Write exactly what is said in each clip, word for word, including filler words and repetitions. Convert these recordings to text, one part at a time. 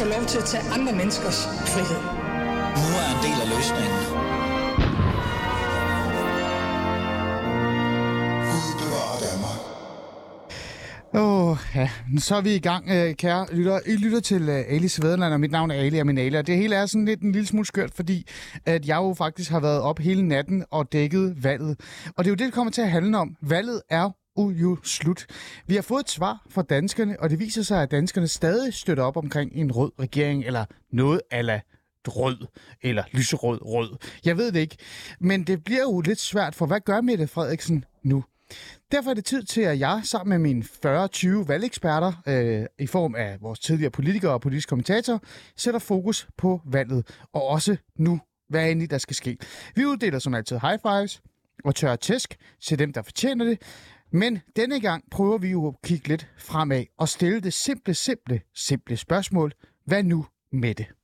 få lov til at tage andre menneskers frihed. Nu er en del af løsningen. Åh, oh, ja. Så er vi i gang, kære lytter. I lytter til Alis Vædderland, og mit navn er Ali, og min Ali. Og det hele er sådan lidt en lille smule skørt, fordi at jeg jo faktisk har været op hele natten og dækket valget. Og det er jo det, det kommer til at handle om. Valget er jo slut. Vi har fået et svar fra danskerne, og det viser sig, at danskerne stadig støtter op omkring en rød regering, eller noget ala rød, eller lyserød rød. Jeg ved det ikke. Men det bliver jo lidt svært, for hvad gør Mette Frederiksen nu? Derfor er det tid til, at jeg sammen med mine fyrre tyve valgeksperter øh, i form af vores tidligere politikere og politiske kommentatorer sætter fokus på valget, og også nu, hvad er egentlig der skal ske. Vi uddeler som altid high fives og tørre tæsk til dem, der fortjener det, men denne gang prøver vi jo at kigge lidt fremad og stille det simple, simple, simple spørgsmål. Hvad nu med det?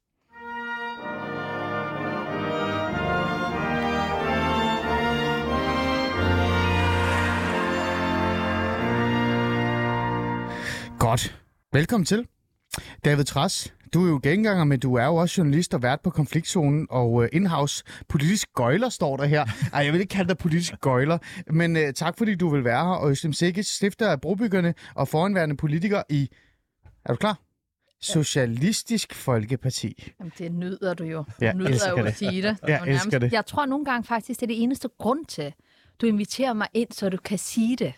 Godt. Velkommen til. David Trads, du er jo genganger, men du er jo også journalist og vært på Konfliktzonen, og uh, in-house politisk gøjler står der her. Ej, jeg vil ikke kalde dig politisk gøjler, men uh, tak fordi du vil være her. Og Øslem Cekic, stifter af Brobyggerne og foranværende politiker i, er du klar? Socialistisk Folkeparti. Jamen, det nyder du jo. Ja, Du nyder elsker jo det. at sige det. Ja, Og elsker det. Jeg tror nogle gange faktisk, det er det eneste grund til, du inviterer mig ind, så du kan sige det.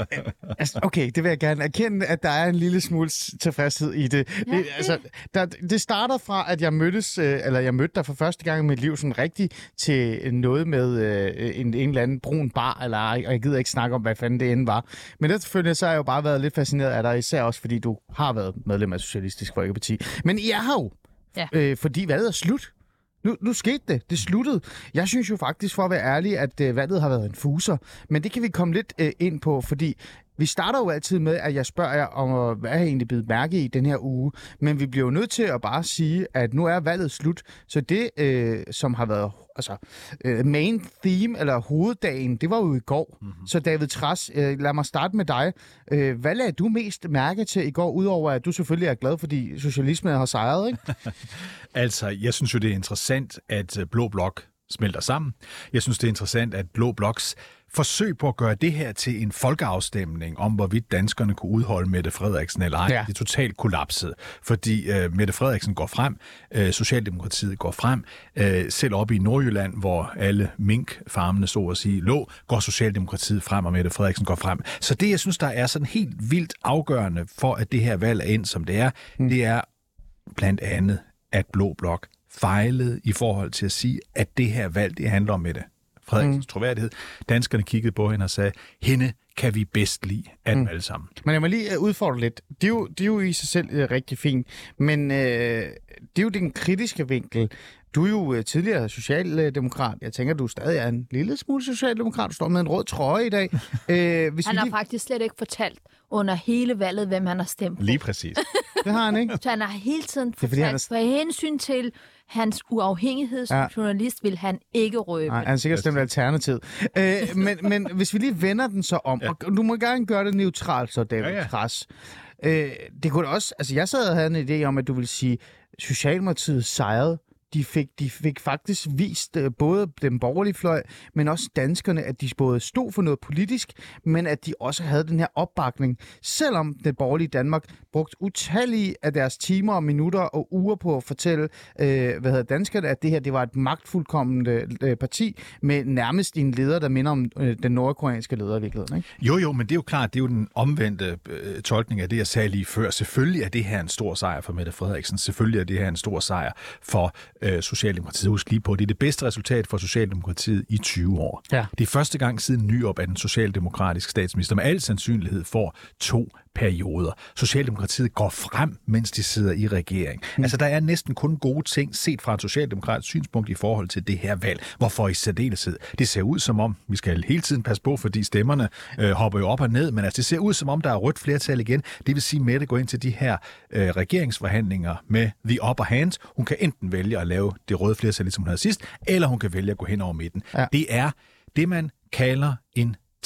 Altså, okay, det vil jeg gerne erkende, at der er en lille smule tilfredshed i det. Ja, det, det. altså, der, det starter fra, at jeg mødtes, øh, eller jeg mødte dig for første gang i mit liv sådan rigtigt til noget med øh, en, en eller anden brun bar, eller og jeg gider ikke snakke om, hvad fanden det end var. Men efterfølgende så har jeg jo bare været lidt fascineret af dig, især også fordi du har været medlem af Socialistisk Folkeparti. Men I er her jo, Ja. øh, fordi valget er slut. Nu, nu skete det. Det sluttede. Jeg synes jo faktisk, for at være ærlig, at øh, valget har været en fuser. Men det kan vi komme lidt øh, ind på, fordi vi starter jo altid med, at jeg spørger jer om, hvad jeg egentlig blevet mærke i den her uge. Men vi bliver jo nødt til at bare sige, at nu er valget slut. Så det, øh, som har været altså, øh, main theme, eller hoveddagen, det var jo i går. Mm-hmm. Så David Trads, øh, lad mig starte med dig. Øh, hvad lagde du mest mærke til i går, udover at du selvfølgelig er glad, fordi socialismen har sejret, ikke? Altså, jeg synes jo, det er interessant, at Blå Blok smelter sammen. Jeg synes, det er interessant, at Blå Bloks forsøg på at gøre det her til en folkeafstemning om, hvorvidt danskerne kunne udholde Mette Frederiksen eller ej, ja. Det er totalt kollapset. Fordi øh, Mette Frederiksen går frem, øh, Socialdemokratiet går frem, øh, selv oppe i Nordjylland, hvor alle minkfarmene, så at sige, lå, går Socialdemokratiet frem, og Mette Frederiksen går frem. Så det, jeg synes, der er sådan helt vildt afgørende for, at det her valg er ind, som det er, mm. det er blandt andet, at Blå Blok fejlede i forhold til at sige, at det her valg, det handler om Mette Frederiksens mm. troværdighed. Danskerne kiggede på hende og sagde, hende kan vi bedst lide af dem mm. alle sammen. Men jeg må lige udfordre lidt. Det er jo, det er jo i sig selv uh, rigtig fint, men øh, det er jo den kritiske vinkel. Du er jo uh, tidligere socialdemokrat. Jeg tænker, du stadig er en lille smule socialdemokrat. Du står med en rød trøje i dag. øh, hvis Han har lige... faktisk slet ikke fortalt under hele valget, hvem han har stemt på. Lige præcis. Det har han ikke. Så han har hele tiden fordi, fortalt, er... for hensyn til hans uafhængighed som ja. journalist, vil han ikke røbe. Nej, han har sikkert stemt Alternativet. øh, men, men hvis vi lige vender den så om, ja. og du må gerne gøre det neutralt, så David ja, ja. Trads. Øh, det kunne også, altså jeg sad og havde en idé om, at du ville sige, Socialdemokratiet sejrede. De fik, de fik faktisk vist uh, både den borgerlige fløj, men også danskerne, at de både stod for noget politisk, men at de også havde den her opbakning. Selvom den borgerlige Danmark brugte utallige af deres timer og minutter og uger på at fortælle uh, hvad hedder danskerne, at det her det var et magtfuldkomment uh, parti med nærmest en leder, der minder om uh, den nordkoreanske leder i virkeligheden. Ikke? Jo, jo, men det er jo klart, det er jo den omvendte uh, tolkning af det, jeg sagde lige før. Selvfølgelig er det her en stor sejr for Mette Frederiksen. Selvfølgelig er det her en stor sejr for Socialdemokratiet. Husk lige på, det er det bedste resultat for Socialdemokratiet i tyve år. Ja. Det er første gang siden Nyrup, at den socialdemokratiske statsminister med al sandsynlighed får to perioder. Socialdemokratiet går frem, mens de sidder i regering. Mm. Altså, der er næsten kun gode ting set fra et socialdemokratisk synspunkt i forhold til det her valg. Hvorfor i særdeleshed? Det ser ud som om, vi skal hele tiden passe på, fordi stemmerne øh, hopper jo op og ned, men altså, det ser ud som om, der er rødt flertal igen. Det vil sige, at Mette går ind til de her øh, regeringsforhandlinger med the upper hand. Hun kan enten vælge at lave det røde flertal, ligesom hun havde sidst, eller hun kan vælge at gå hen over midten. Ja. Det er det, man kalder en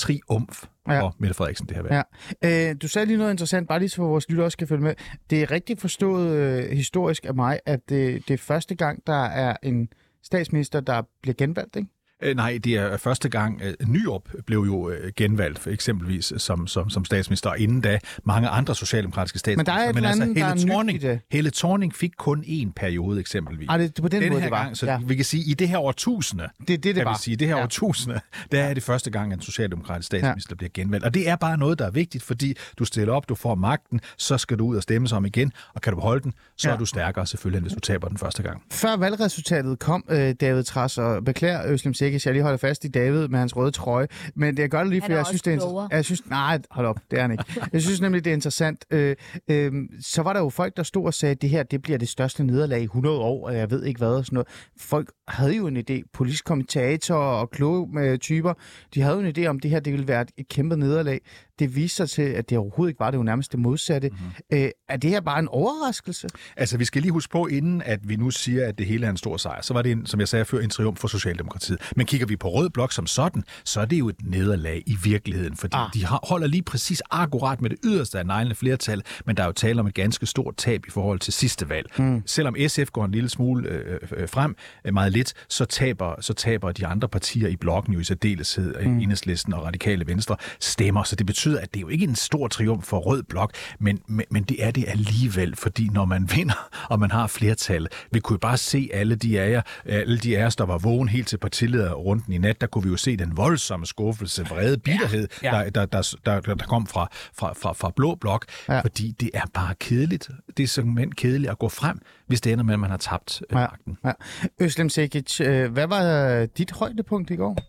triumf Ja. for Mette Frederiksen, det her valg. Ja. Øh, du sagde lige noget interessant, bare lige så vores lytter også skal følge med. Det er rigtig forstået øh, historisk af mig, at det, det er første gang, der er en statsminister, der bliver genvalgt, ikke? Øh, nej, det er første gang. Øh, Nyrup blev jo øh, genvalgt, for eksempelvis som, som, som statsminister, og inden da mange andre socialdemokratiske statsminister. Men der er et Men eller andet, Helle der er Thorning, nyt i det. Helle Thorning fik kun én periode, eksempelvis. Ej, det, det på den, den måde, her det var. gang, så ja. vi kan sige, i det her årtusinde, Det er det, det kan var. vi sige, det her Ja. årtusinde, der er det første gang, at en socialdemokratisk statsminister ja. bliver genvalgt. Og det er bare noget, der er vigtigt, fordi du stiller op, du får magten, så skal du ud og stemme sig om igen, og kan du beholde den, så Ja. er du stærkere selvfølgelig, end hvis du taber den første gang. Før valgresultatet kom, øh, David Trads, og beklager Özlem Cekic, jeg lige holder fast i David med hans røde trøje, men det jeg gør det lige, Han for er jeg også synes, det er klogere. inter- jeg synes, nej, hold op, det er han ikke. Jeg synes nemlig, det er interessant. Øh, øh, så var der jo folk, der stod og sagde, at det her, det bliver det største nederlag i hundrede år, og jeg ved ikke hvad og sådan noget. Folk havde jo en idé, politisk kommentatorer og kloge med typer, de havde jo en idé om, at det her, det ville være et kæmpe nederlag. Det viste sig til, at det overhovedet ikke var, det jo nærmest det modsatte. Mm-hmm. Øh, er det her bare en overraskelse? Altså, vi skal lige huske på, inden at vi nu siger, at det hele er en stor sejr, så var det, en, som jeg sagde før, en triumf for Socialdemokratiet. Men kigger vi på Rød Blok som sådan, så er det jo et nederlag i virkeligheden, fordi ah. de har, holder lige præcis akkurat med det yderste af neglende flertal, men der er jo tale om et ganske stort tab i forhold til sidste valg. Mm. Selvom S F går en lille smule øh, øh, frem, øh, meget lidt, så taber, så taber de andre partier i blokken jo i særdeleshed, mm. Enhedslisten og Radikale Venstre, stemmer, så det betyder, at det er jo ikke en stor triumf for Rød Blok, men, men, men det er det alligevel, fordi når man vinder, og man har flertal, vi kunne jo bare se alle de af jer, alle de af os, der var vågen helt til partilederrunden i nat, der kunne vi jo se den voldsomme skuffelse, vrede, bitterhed, ja, ja. Der, der, der, der, der kom fra, fra, fra, fra Blå Blok, ja. Fordi det er bare kedeligt. Det er simpelthen kedeligt at gå frem, hvis det ender med, at man har tabt ja. magten. Ja. Özlem Cekic, hvad var dit højdepunkt i går?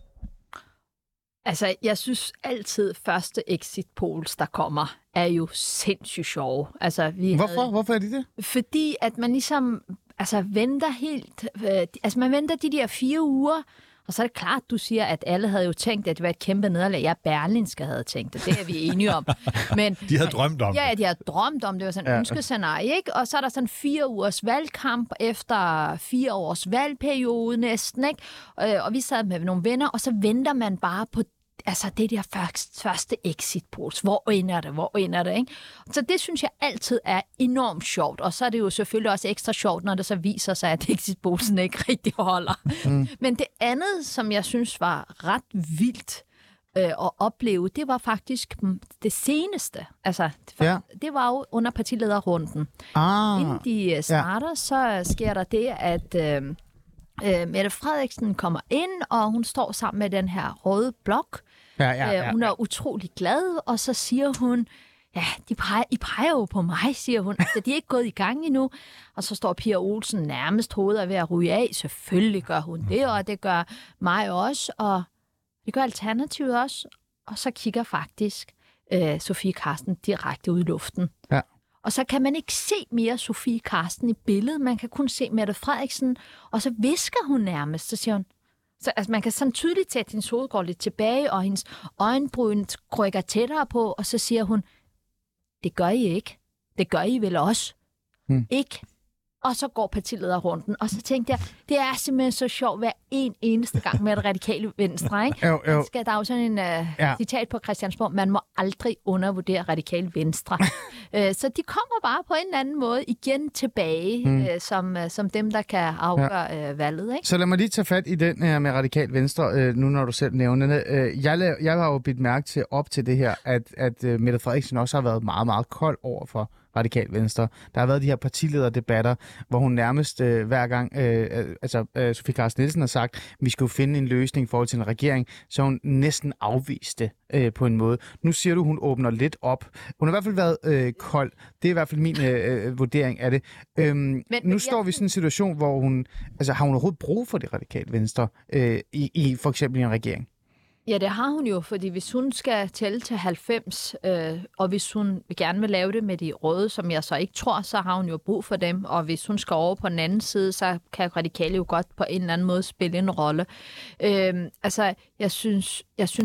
Altså, jeg synes altid, første exit polls, der kommer, er jo sindssygt sjove. Altså, vi Hvorfor? havde... Hvorfor er det det? Fordi at man ligesom altså, venter helt... Øh, altså, man venter de der fire uger, og så er det klart, du siger, at alle havde jo tænkt, at det var et kæmpe nederlag. Jeg Berlingske havde tænkt det. Det er vi enige om. Men, de havde drømt om ja, det. de havde drømt om det. Det var sådan et ja. ønskescenarie, ikke? Og så er der sådan fire ugers valgkamp efter fire års valgperiode næsten, ikke? Og vi sad med nogle venner, og så venter man bare på altså det der første, første exit polls. Hvor ender det? Hvor ender det? Ikke? Så det synes jeg altid er enormt sjovt. Og så er det jo selvfølgelig også ekstra sjovt, når det så viser sig, at exit pollsen ikke rigtig holder. Mm. Men det andet, som jeg synes var ret vildt øh, at opleve, det var faktisk det seneste. Altså, det var, ja. det var jo under partilederrunden. Ah. Inden de starter, ja. så sker der det, at Øh, Øh, Mette Frederiksen kommer ind, og hun står sammen med den her røde blok. Ja, ja, ja, øh, hun er ja. utrolig glad, og så siger hun, ja, de peger, I peger jo på mig, siger hun. Altså, de er ikke gået i gang endnu. Og så står Pia Olsen nærmest hovedet ved at ryge af. Selvfølgelig gør hun det, og det gør mig også, og det gør Alternativet også. Og så kigger faktisk øh, Sofie Carsten direkte ud i luften. Ja. Og så kan man ikke se mere Sofie Carsten i billedet. Man kan kun se Mette Frederiksen, og så visker hun nærmest. Så siger hun, så, altså, man kan sådan tydeligt tage, at hendes hoved går lidt tilbage, og hendes øjenbryn rykker tættere på, og så siger hun, det gør I ikke. Det gør I vel også. Hmm. Ikke? Og så går partilederrunden, og så tænkte jeg, det er simpelthen så sjovt hver en eneste gang med det radikale venstre, ikke? Jo, jo. Skal, der er jo sådan en uh, ja. citat på Christiansborg, man må aldrig undervurdere radikale venstre. uh, så de kommer bare på en eller anden måde igen tilbage, hmm. uh, som, uh, som dem, der kan afgøre ja. uh, valget, ikke? Så lad mig lige tage fat i den her med radikale venstre, uh, nu når du selv nævner det. Uh, jeg, jeg har jo bidt mærke til op til det her, at, at uh, Mette Frederiksen også har været meget, meget kold over for Radikal Venstre. Der har været de her partilederdebatter, hvor hun nærmest øh, hver gang, øh, altså øh, Sofie Carsten Nielsen har sagt, at vi skal jo finde en løsning i forhold til en regering, så hun næsten afviste øh, på en måde. Nu siger du, hun åbner lidt op. Hun har i hvert fald været øh, kold. Det er i hvert fald min øh, vurdering af det. Øhm, men, nu men, står jeg... vi i sådan en situation, hvor hun, altså har hun overhovedet brug for det Radikale Venstre øh, i, i for eksempel en regering? Ja, det har hun jo, fordi hvis hun skal tælle til halvfems, øh, og hvis hun gerne vil lave det med de røde, som jeg så ikke tror, så har hun jo brug for dem. Og hvis hun skal over på den anden side, så kan Radikale jo godt på en eller anden måde spille en rolle. Øh, altså, jeg synes, jeg synes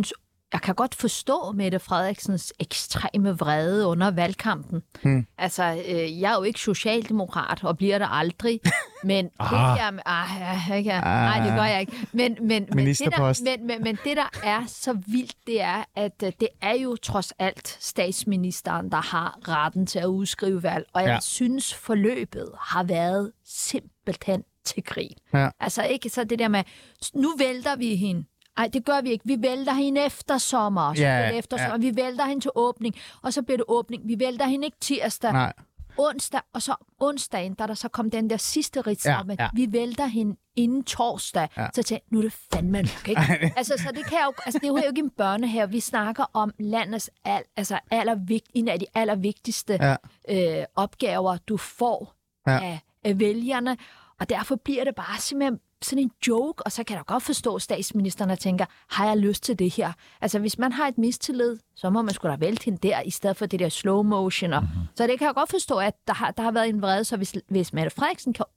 jeg kan godt forstå Mette Frederiksens ekstreme vrede under valgkampen. Hmm. Altså, øh, jeg er jo ikke socialdemokrat, og bliver det aldrig. Men ah. det der... Ah, ja, ikke, ah. Nej, det gør jeg ikke. Men, men, men, det der, men, men, men det, der er så vildt, det er, at uh, det er jo trods alt statsministeren, der har retten til at udskrive valg. Og jeg ja. synes, forløbet har været simpelthen til grin. Ja. Altså ikke så det der med, nu vælter vi hende. Nej, det gør vi ikke. Vi vælter hende efter sommer. Så ja, efter sommer. Ja. Vi vælter hende til åbning, og så bliver det åbning. Vi vælter hende ikke tirsdag. Nej. Onsdag, og så onsdagen, da der så kom den der sidste rit ja, med, ja. vi vælter hende inden torsdag. Ja. Så tænkte nu er det fandme nok, ikke? altså, så det, kan jo, altså, det er jo ikke en børnehave. Vi snakker om landets al, altså, allervigt, en af de allervigtigste ja. øh, opgaver, du får ja. af, af vælgerne. Og derfor bliver det bare simpelthen sådan en joke, og så kan jeg da godt forstå, at statsministeren tænker, har jeg lyst til det her? Altså, hvis man har et mistillid, så må man sgu da vælte hende der, i stedet for det der slow motion. Og, mm-hmm. Så det kan jeg godt forstå, at der har, der har været en vrede, så hvis, hvis Mette Frederiksen kan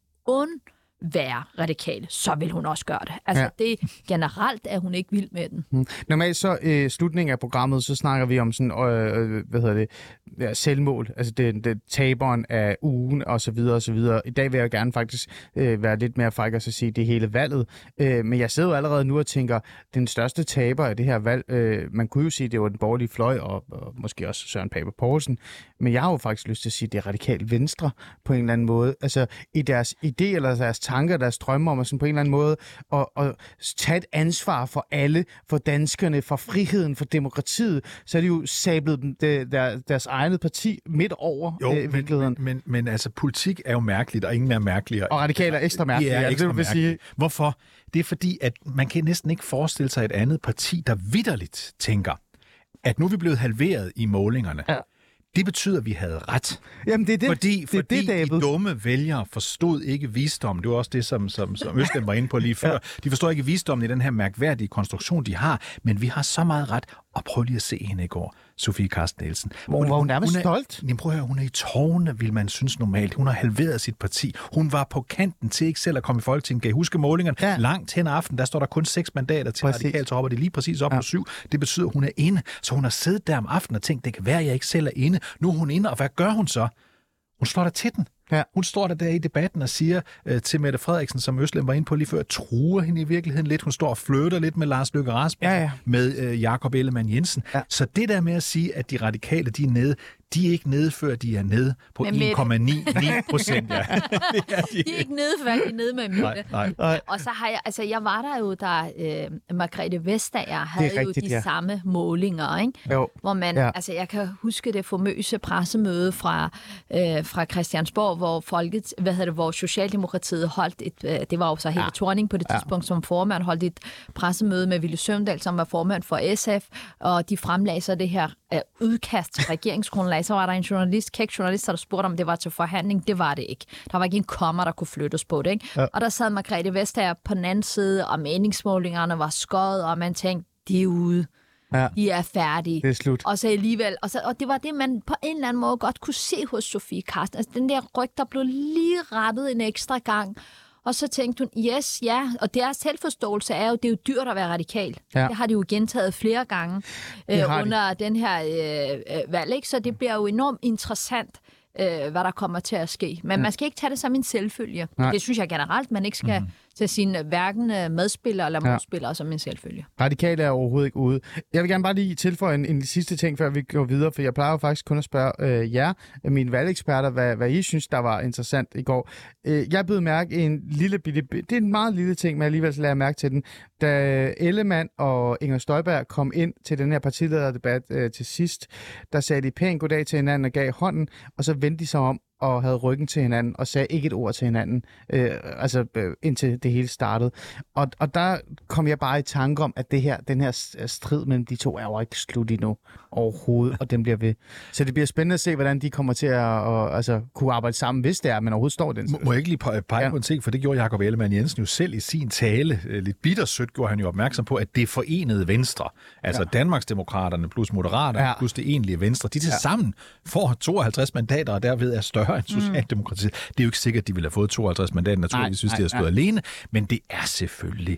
undvære radikale, så vil hun også gøre det. Altså, ja. det generelt er hun ikke vild med den. Mm. Normalt så øh, slutningen af programmet, så snakker vi om sådan, øh, hvad hedder det, ja, selvmål, altså det, det taberen af ugen, og så videre, og så videre. I dag vil jeg gerne faktisk øh, være lidt mere fræk og så sige, det hele valget. Øh, men jeg sidder jo allerede nu og tænker, den største taber af det her valg, øh, man kunne jo sige, det var den borgerlige fløj, og, og måske også Søren Pape Poulsen, men jeg har jo faktisk lyst til at sige, det er radikalt venstre på en eller anden måde. Altså i deres idé eller deres tanker, deres drømmer om at sådan på en eller anden måde at, at tage et ansvar for alle, for danskerne, for friheden, for demokratiet, så er de jo sablet dem, der, deres eget parti midt over jo, øh, virkeligheden. Men, men, men altså, politik er jo mærkeligt, og ingen er mærkeligere. Og radikale er ekstra mærkelige. Det er ekstra det, vil sige. Hvorfor? Hvorfor? Det er fordi, at man kan næsten ikke forestille sig et andet parti, der vitterligt tænker, at nu er vi blevet halveret i målingerne. Ja. Det betyder, at vi havde ret. Jamen, det er det. Fordi, det er fordi det, de dumme vælgere forstod ikke visdom. Det var også det, som, som, som Østlem var inde på lige før. Ja. De forstår ikke visdommen i den her mærkværdige konstruktion, de har. Men vi har så meget ret. Og prøv lige at se hende i går, Sofie Carsten Nielsen. Hun var hun nærmest hun er, stolt. Jamen, prøv at høre, hun er i tårne, vil man synes normalt. Hun har halveret sit parti. Hun var på kanten til ikke selv at komme i Folketinget. Kan I huske målingerne? Ja. Langt hen ad aften, der står der kun seks mandater til radikalt, så hopper det lige præcis op ja. på syv. Det betyder, at hun er inde. Så hun har siddet der om aftenen og tænkt, det kan være, at jeg ikke selv er inde. Nu er hun inde, og hvad gør hun så? Hun slår der til den. Ja. Hun står der, der i debatten og siger øh, til Mette Frederiksen, som Østlem var inde på lige før, truer hende i virkeligheden lidt. Hun står og flytter lidt med Lars Løkke Rasmussen, ja, ja. med øh, Jakob Ellemann-Jensen. Ja. Så det der med at sige, at de radikale, de er nede, de er ikke nede, før de er nede på en komma ni procent. Ja. de. de er ikke nede, før de er nede med Mette. Nej, nej. Og så har jeg, altså jeg var der jo, da øh, Margrethe Vestager havde rigtigt, jo de ja. samme målinger, ikke? Jo. Hvor man, ja. altså jeg kan huske det famøse pressemøde fra, øh, fra Christiansborg, hvor folket, hvad hedder det, hvor Socialdemokratiet holdt et, øh, det var jo så Helle ja. Thorning på det tidspunkt ja. som formand, holdt et pressemøde med Villy Søvndal, som var formand for S F, og de fremlagde så det her øh, udkast til regeringsgrundlag. Så var der en journalist, kæk journalist, der spurgte, om det var til forhandling. Det var det ikke. Der var ikke en komma, der kunne flyttes på det, ikke? Ja. Og der sad Margrethe Vestager på den anden side, og meningsmålingerne var skåret, og man tænkte, de er ude. Ja. De er færdige. Det er slut. Og så alligevel, og, så, og det var det, man på en eller anden måde godt kunne se hos Sofie Carsten. Altså den der ryg, der blev lige rettet en ekstra gang. Og så tænkte hun, yes, ja, og deres selvforståelse er jo, det er jo dyrt at være radikal. Ja. Det har de jo gentaget flere gange øh, under de. den her øh, valg, ikke? Så det bliver jo enormt interessant, øh, hvad der kommer til at ske. Men ja. man skal ikke tage det som en selvfølge. Nej. Det synes jeg generelt, man ikke skal mm. tage sine hverken medspillere eller modspillere ja. som en selvfølge. Radikale er overhovedet ikke ude. Jeg vil gerne bare lige tilføje en, en sidste ting, før vi går videre, for jeg plejer jo faktisk kun at spørge øh, jer, mine valgeksperter, hvad, hvad I synes, der var interessant i går. Øh, jeg blev mærke en lille bitte, det er en meget lille ting, men alligevel så lader jeg mærke til den. Da Ellemann og Inger Støjberg kom ind til den her partilederdebat øh, til sidst, der sagde de pænt goddag til hinanden og gav hånden, og så vendte de sig om og havde ryggen til hinanden, og sagde ikke et ord til hinanden, øh, altså øh, indtil det hele startede. Og, og der kom jeg bare i tanke om, at det her, den her strid mellem de to er jo ikke slut endnu overhovedet, og den bliver ved. Så det bliver spændende at se, hvordan de kommer til at og, altså, kunne arbejde sammen, hvis det er, men overhovedet står den. Må, må jeg ikke lige pege ja. på en ting, for det gjorde Jakob Ellemann-Jensen jo selv i sin tale. Lidt bittersødt gjorde han jo opmærksom på, at det forenede Venstre, altså ja. Danmarksdemokraterne plus Moderaterne ja. plus det egentlige Venstre, de til ja. sammen får tooghalvtreds mandater, og derved er større end Socialdemokratiet. Mm. Det er jo ikke sikkert, at de ville have fået tooghalvtreds mandater, naturligvis synes, de har stået nej. alene, men det er selvfølgelig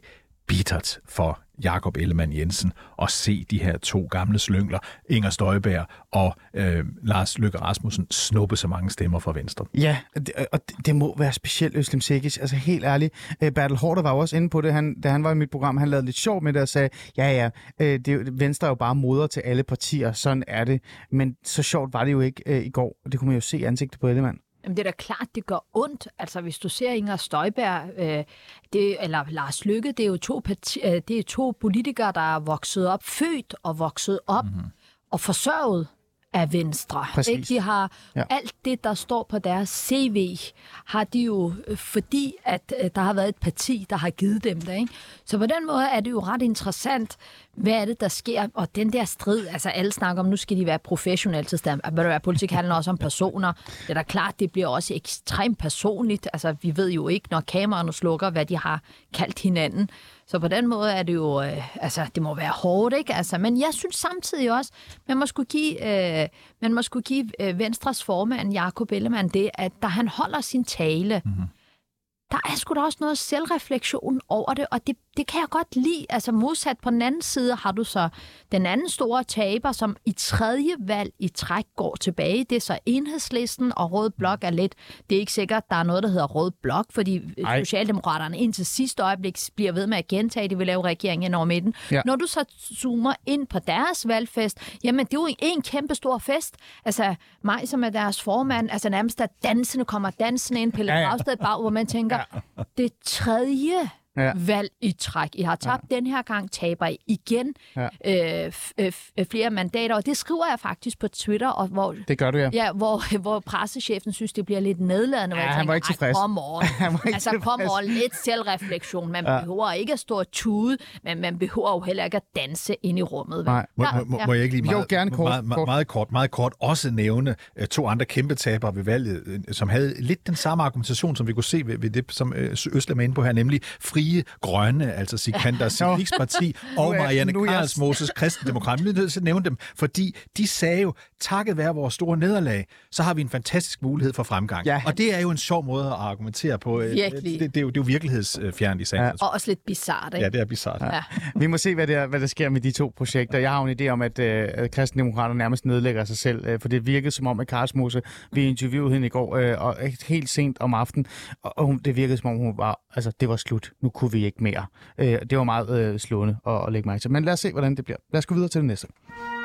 bittert for Jakob Ellemann-Jensen at se de her to gamle slyngler, Inger Støjberg og øh, Lars Løkke Rasmussen, snuppe så mange stemmer fra Venstre. Ja, det, og det, det må være specielt, Özlem Cekic. Altså helt ærligt, øh, Bertel Haarder var også inde på det, han, da han var i mit program. Han lavede lidt sjov med det og sagde, ja ja, øh, det, Venstre er jo bare moder til alle partier, sådan er det. Men så sjovt var det jo ikke øh, i går. Det kunne man jo se i ansigtet på Ellemann. Jamen, det er da klart, det gør ondt. Altså, hvis du ser Inger Støjberg, øh, det, eller Lars Løkke, det er jo to, parti, øh, det er to politikere, der er vokset op, født og vokset op mm-hmm. og forsørget af Venstre. Ikke? De har ja. alt det, der står på deres C V, har de jo, fordi at øh, der har været et parti, der har givet dem det. Ikke? Så på den måde er det jo ret interessant, hvad er det, der sker? Og den der strid, altså alle snakker om, nu skal de være professionelle til stedet. Men politik handler også om personer. Det er da klart, det bliver også ekstremt personligt. Altså, vi ved jo ikke, når kameraerne slukker, hvad de har kaldt hinanden. Så på den måde er det jo, øh, altså, det må være hårdt, ikke? Altså, men jeg synes samtidig også, man må skulle give, øh, man må skulle give øh, Venstres formand, Jakob Ellemann, det, at da han holder sin tale, mm-hmm. der er sgu da også noget selvreflektion over det, og det, det kan jeg godt lide. Altså modsat på den anden side har du så den anden store taber, som i tredje valg i træk går tilbage. Det er så Enhedslisten, og Rød Blok er lidt. Det er ikke sikkert, der er noget, der hedder Rød Blok, fordi Ej. Socialdemokraterne indtil sidste øjeblik bliver ved med at gentage, de vil lave regeringen over midten. Ja. Når du så zoomer ind på deres valgfest, jamen det er jo en kæmpe stor fest. Altså mig, som er deres formand, altså nærmest der dansende kommer dansende ind, Pelle Dragsted ja, ja. bag, hvor man tænker, ja. det tredje ja. valg i træk. I har tabt ja. den her gang, taber I igen ja. øh, f- f- flere mandater, og det skriver jeg faktisk på Twitter, og hvor, det gør du, ja. ja hvor, hvor pressechefen synes, det bliver lidt nedladende, ja, hvor jeg han tænker, var ikke tilfreds. kom over. altså kom over lidt selvreflektion. Man ja. behøver ikke at stå og tude, men man behøver jo heller ikke at danse ind i rummet. Nej. Må, ja. må, må jeg ikke lige meget, jo, gerne kort, meget, meget, meget, kort, meget kort også nævne uh, to andre kæmpe tabere ved valget, uh, som havde lidt den samme argumentation, som vi kunne se ved, ved det, som uh, Özlem er inde på her, nemlig Frie Grønne, altså Sikander Siddiques parti, og Marianne Karlsmoses kristendemokrat. Vi er nødt til at nævne dem, fordi de sagde jo, takket være vores store nederlag, så har vi en fantastisk mulighed for fremgang. Ja. Og det er jo en sjov måde at argumentere på. Det, det, det, er, jo, det er jo virkelighedsfjernt i sagen. Ja. Og også lidt bizarrt, ikke? Ja, det er bizarrt. Ja. Ja. Vi må se, hvad der, hvad der sker med de to projekter. Jeg har jo en idé om, at, øh, at kristendemokraterne nærmest nedlægger sig selv, øh, for det virkede som om, at Karlsmose, vi interviewede hende i går, øh, og helt sent om aftenen, og, og hun, det virkede som om, hun var, altså det var slut. Nu kunne vi ikke mere. Øh, det var meget øh, slående at, at lægge mærke til. Men lad os se, hvordan det bliver. Lad os gå videre til det næste.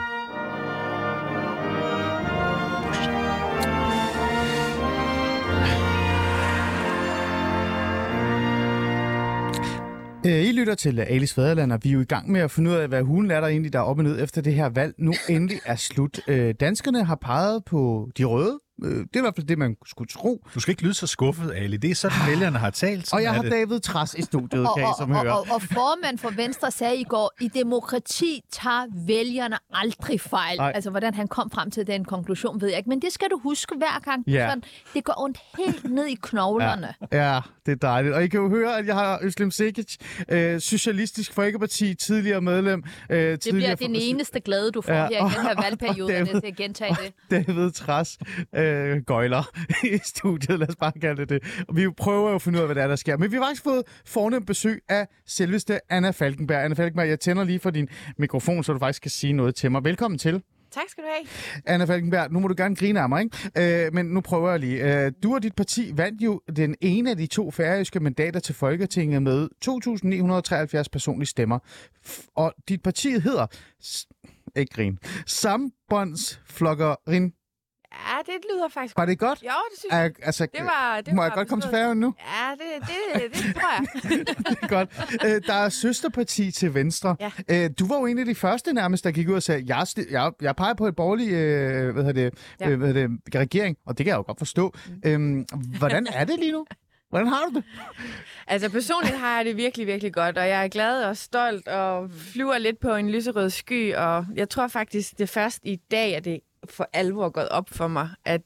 I lytter til Alice Fædreland, og vi er jo i gang med at finde ud af, hvad hulen er der egentlig, der er op og ned efter det her valg. Nu endelig er slut. Danskerne har peget på de røde. Det er i hvert fald det, man skulle tro. Du skal ikke lyde så skuffet, Ali. Det er sådan, vælgerne har talt. Og jeg har det. David Trads i studiet, og, kan I som og, hører. Og, og, og formand for Venstre sagde i går, i demokrati tager vælgerne aldrig fejl. Nej. Altså, hvordan han kom frem til den konklusion, ved jeg ikke. Men det skal du huske hver gang. Ja. Sådan, det går ondt helt ned i knoglerne. Ja, ja, det er dejligt. Og I kan jo høre, at jeg har Özlem Cekic, øh, Socialistisk Folkeparti, tidligere medlem. Øh, det tidligere bliver den eneste glæde, du får ja. her i den her valgperiode, David, at gentage det. David Trads øh, gøjler i studiet, lad os bare kalde det det. Og vi prøver jo at finde ud af, hvad der er, der sker. Men vi har faktisk fået fornemt besøg af selveste Anna Falkenberg. Anna Falkenberg, jeg tænder lige for din mikrofon, så du faktisk kan sige noget til mig. Velkommen til. Tak skal du have. Anna Falkenberg, nu må du gerne grine af mig, ikke? Øh, men nu prøver jeg lige. Øh, du og dit parti vandt jo den ene af de to færøske mandater til Folketinget med to tusind ni hundrede treoghalvfjerds personlige stemmer. Og dit parti hedder, ikke grin, Sambandsflokkurin. Ja, det lyder faktisk Var det godt? Jo, det synes jeg. Er, altså, det var, det må var jeg godt komme til Færøerne nu? Ja, det, det, det tror jeg. Det er godt. Øh, der er søsterparti til Venstre. Ja. Øh, du var jo en af de første nærmest, der gik ud og sagde, jeg, jeg, jeg peger på et borgerligt øh, hvad hedder det, ja. øh, hvad hedder det, regering, og det kan jeg jo godt forstå. Mm. Øhm, hvordan er det lige nu? Hvordan har du det? Altså personligt har jeg det virkelig, virkelig godt, og jeg er glad og stolt og flyver lidt på en lyserød sky, og jeg tror faktisk, det er først i dag, at det for alvor gået op for mig, at, at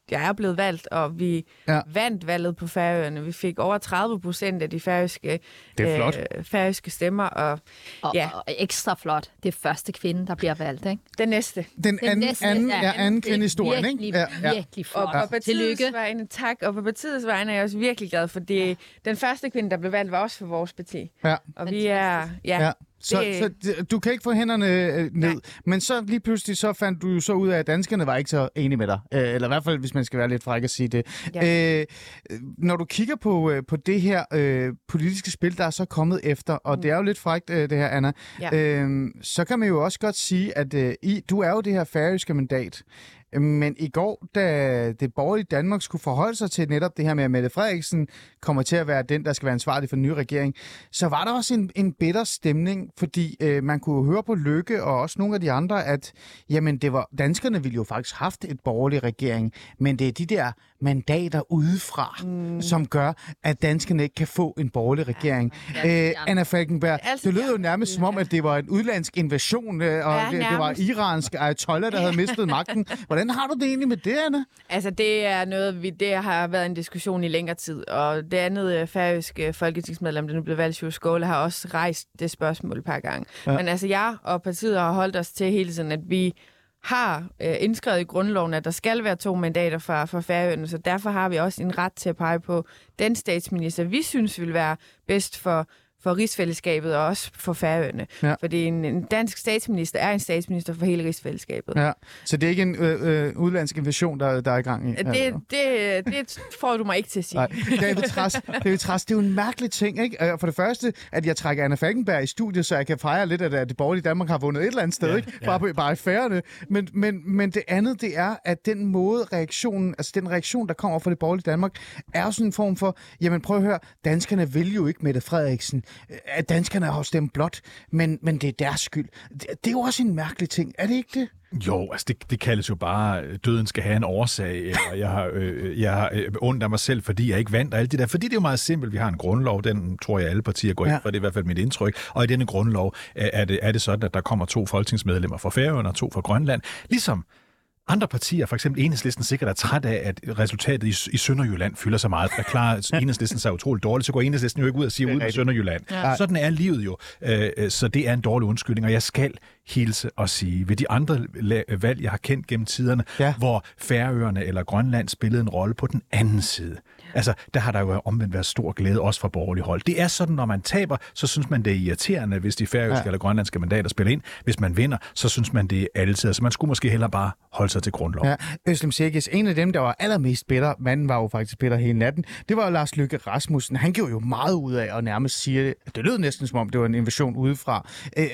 jeg er blevet valgt, og vi ja. vandt valget på Færøerne. Vi fik over tredive procent af de færøske, det er flot. Øh, færøske stemmer. Og, og, ja. og ekstra flot. Det er første kvinde, der bliver valgt, ikke? Den næste. Den anden, næste, anden, ja, ja, anden kvinde i historien, virkelig, ikke? Ja, ja. Virkelig flot. Og på partiets vegne, tak. Og på partiets vegne er jeg også virkelig glad, fordi ja. den første kvinde, der blev valgt, var også for vores parti. Ja. Og vi er... Ja, ja. Så, det... så du kan ikke få hænderne øh, ned. Nej. Men så lige pludselig så fandt du jo så ud af, at danskerne var ikke så enige med dig. Øh, eller i hvert fald, hvis man skal være lidt fræk at sige det. Ja. Øh, når du kigger på, øh, på det her øh, politiske spil, der er så kommet efter, og mm. det er jo lidt frækt, øh, det her, Anna, ja. øh, så kan man jo også godt sige, at øh, I, du er jo det her færøske mandat. Men i går, da det borgerlige Danmark skulle forholde sig til netop det her med, at Mette Frederiksen kommer til at være den, der skal være ansvarlig for den nye regering, så var der også en, en bitter stemning, fordi øh, man kunne høre på Løkke og også nogle af de andre, at jamen, det var, danskerne ville jo faktisk haft et borgerlig regering, men det er de der mandater udefra, mm. som gør, at danskerne ikke kan få en borgerlig regering. Ja, øh, Anna Falkenberg, det lød jo nærmest som om, at det var en udlandsk invasion, øh, og ja, det, det var iransk ayatollah, der havde mistet magten. Hvordan har du det egentlig med det, Anna? Altså, det er noget, vi, det har været en diskussion i længere tid, og det andet færøske folketingsmedlem, der nu blev valgt, Sjur Skåle, har også rejst det spørgsmål et par gange. Ja. Men altså, jeg og partiet har holdt os til hele tiden, at vi har øh, indskrevet i grundloven, at der skal være to mandater fra, fra Færøerne, så derfor har vi også en ret til at pege på den statsminister, vi synes vil være bedst for for rigsfællesskabet og også for Færøerne. Ja. Fordi en, en dansk statsminister er en statsminister for hele rigsfællesskabet. Ja. Så det er ikke en øh, øh, udlandsk invasion, der, der er i gang i? Det, det, det får du mig ikke til at sige. Nej. David Trads, David Trads, det er jo en mærkelig ting, ikke? For det første, at jeg trækker Anna Falkenberg i studiet, så jeg kan fejre lidt, at det borgerlige Danmark har vundet et eller andet sted, ja, ikke? Bare, ja. bare i Færøerne. Men, men, men det andet, det er, at den måde reaktionen, altså den reaktion, der kommer fra det borgerlige Danmark, er sådan en form for, jamen prøv at høre, danskerne vil jo ikke Mette Frederiksen. At danskerne har stemt blot, men, men det er deres skyld. Det, det er jo også en mærkelig ting, er det ikke det? Jo, altså det, det kaldes jo bare, døden skal have en årsag, eller jeg har, øh, jeg har øh, ondt af mig selv, fordi jeg ikke vandt, og alt det der. Fordi det er jo meget simpelt. Vi har en grundlov, den tror jeg alle partier går ind for, det er i hvert fald mit indtryk. Og i denne grundlov er det, er det sådan, at der kommer to folketingsmedlemmer fra Færøerne og to fra Grønland. Ligesom andre partier, for eksempel Enhedslisten, sikkert er træt af, at resultatet i, i Sønderjylland fylder så meget. Der klarer Enhedslisten sig utroligt dårligt, så går Enhedslisten jo ikke ud og siger ud med Sønderjylland. Ja. Sådan er livet jo. Så det er en dårlig undskyldning, og jeg skal hilse og sige, ved de andre valg, jeg har kendt gennem tiderne, ja. hvor Færøerne eller Grønland spillede en rolle på den anden side. Altså, der har der jo omvendt været stor glæde, også fra borgerlig hold. Det er sådan, når man taber, så synes man, det er irriterende, hvis de færøske ja. eller grønlandske mandater spiller ind. Hvis man vinder, så synes man, det er altid. Altså, man skulle måske hellere bare holde sig til grundlov. Ja, Özlem Cekic, en af dem, der var allermest bitter, manden var jo faktisk bitter hele natten, det var Lars Løkke Rasmussen. Han gjorde jo meget ud af at nærmest sige, det lød næsten som om, det var en invasion udefra.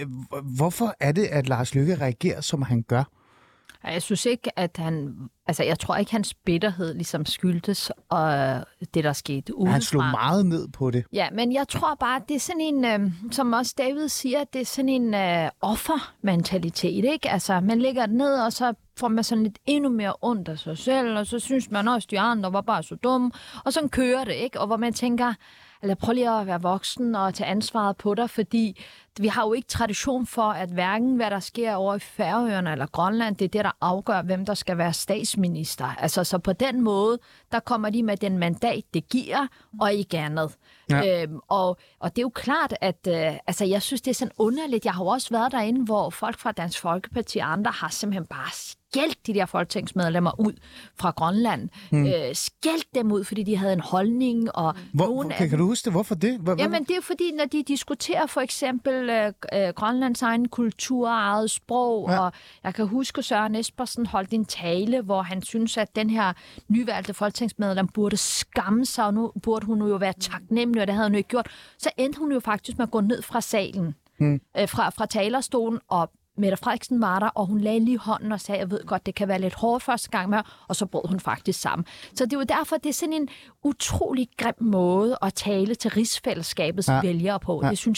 Hvorfor er det, at Lars Løkke reagerer, som han gør? Jeg synes ikke, at han... Altså, jeg tror ikke, hans bitterhed ligesom skyldtes og det, der skete udefra. Han slog meget ned på det. Ja, men jeg tror bare, at det er sådan en, øh, som også David siger, det er sådan en øh, offermentalitet, ikke? Altså, man lægger det ned, og så får man sådan lidt endnu mere ondt af sig selv, og så synes man også, at de andre var bare så dumme, og så kører det, ikke? Og hvor man tænker, eller prøv lige at være voksen og tage ansvaret på dig, fordi vi har jo ikke tradition for, at hverken hvad der sker over i Færøerne eller Grønland, det er det, der afgør, hvem der skal være statsminister. Altså, så på den måde, der kommer de med den mandat, det giver, og ikke andet. Ja. Øhm, og, og det er jo klart, at øh, altså, jeg synes, det er sådan underligt. Jeg har jo også været derinde, hvor folk fra Dansk Folkeparti og andre har simpelthen bare skældt de der folketingsmedlemmer ud fra Grønland. Hmm. Øh, skældt dem ud, fordi de havde en holdning. Og hvor, nogle kan, kan du huske det? Hvorfor det? Hvor, Jamen, det er jo fordi, når de diskuterer for eksempel øh, øh, Grønlands egen kultur, eget sprog, ja. og jeg kan huske, Søren Espersen holdt en tale, hvor han synes, at den her nyvalgte folketingsmedlem burde skamme sig, og nu burde hun jo være taknemmelig, og det havde hun ikke gjort. Så endte hun jo faktisk med at gå ned fra salen, hmm. øh, fra, fra talerstolen, og Mette Frederiksen var der, og hun lagde lige hånden og sagde, jeg ved godt, det kan være lidt hårdt første gang med, og så brød hun faktisk sammen. Så det er jo derfor, det er sådan en utrolig grim måde at tale til rigsfællesskabets ja. vælgere på. Ja. Det synes jeg.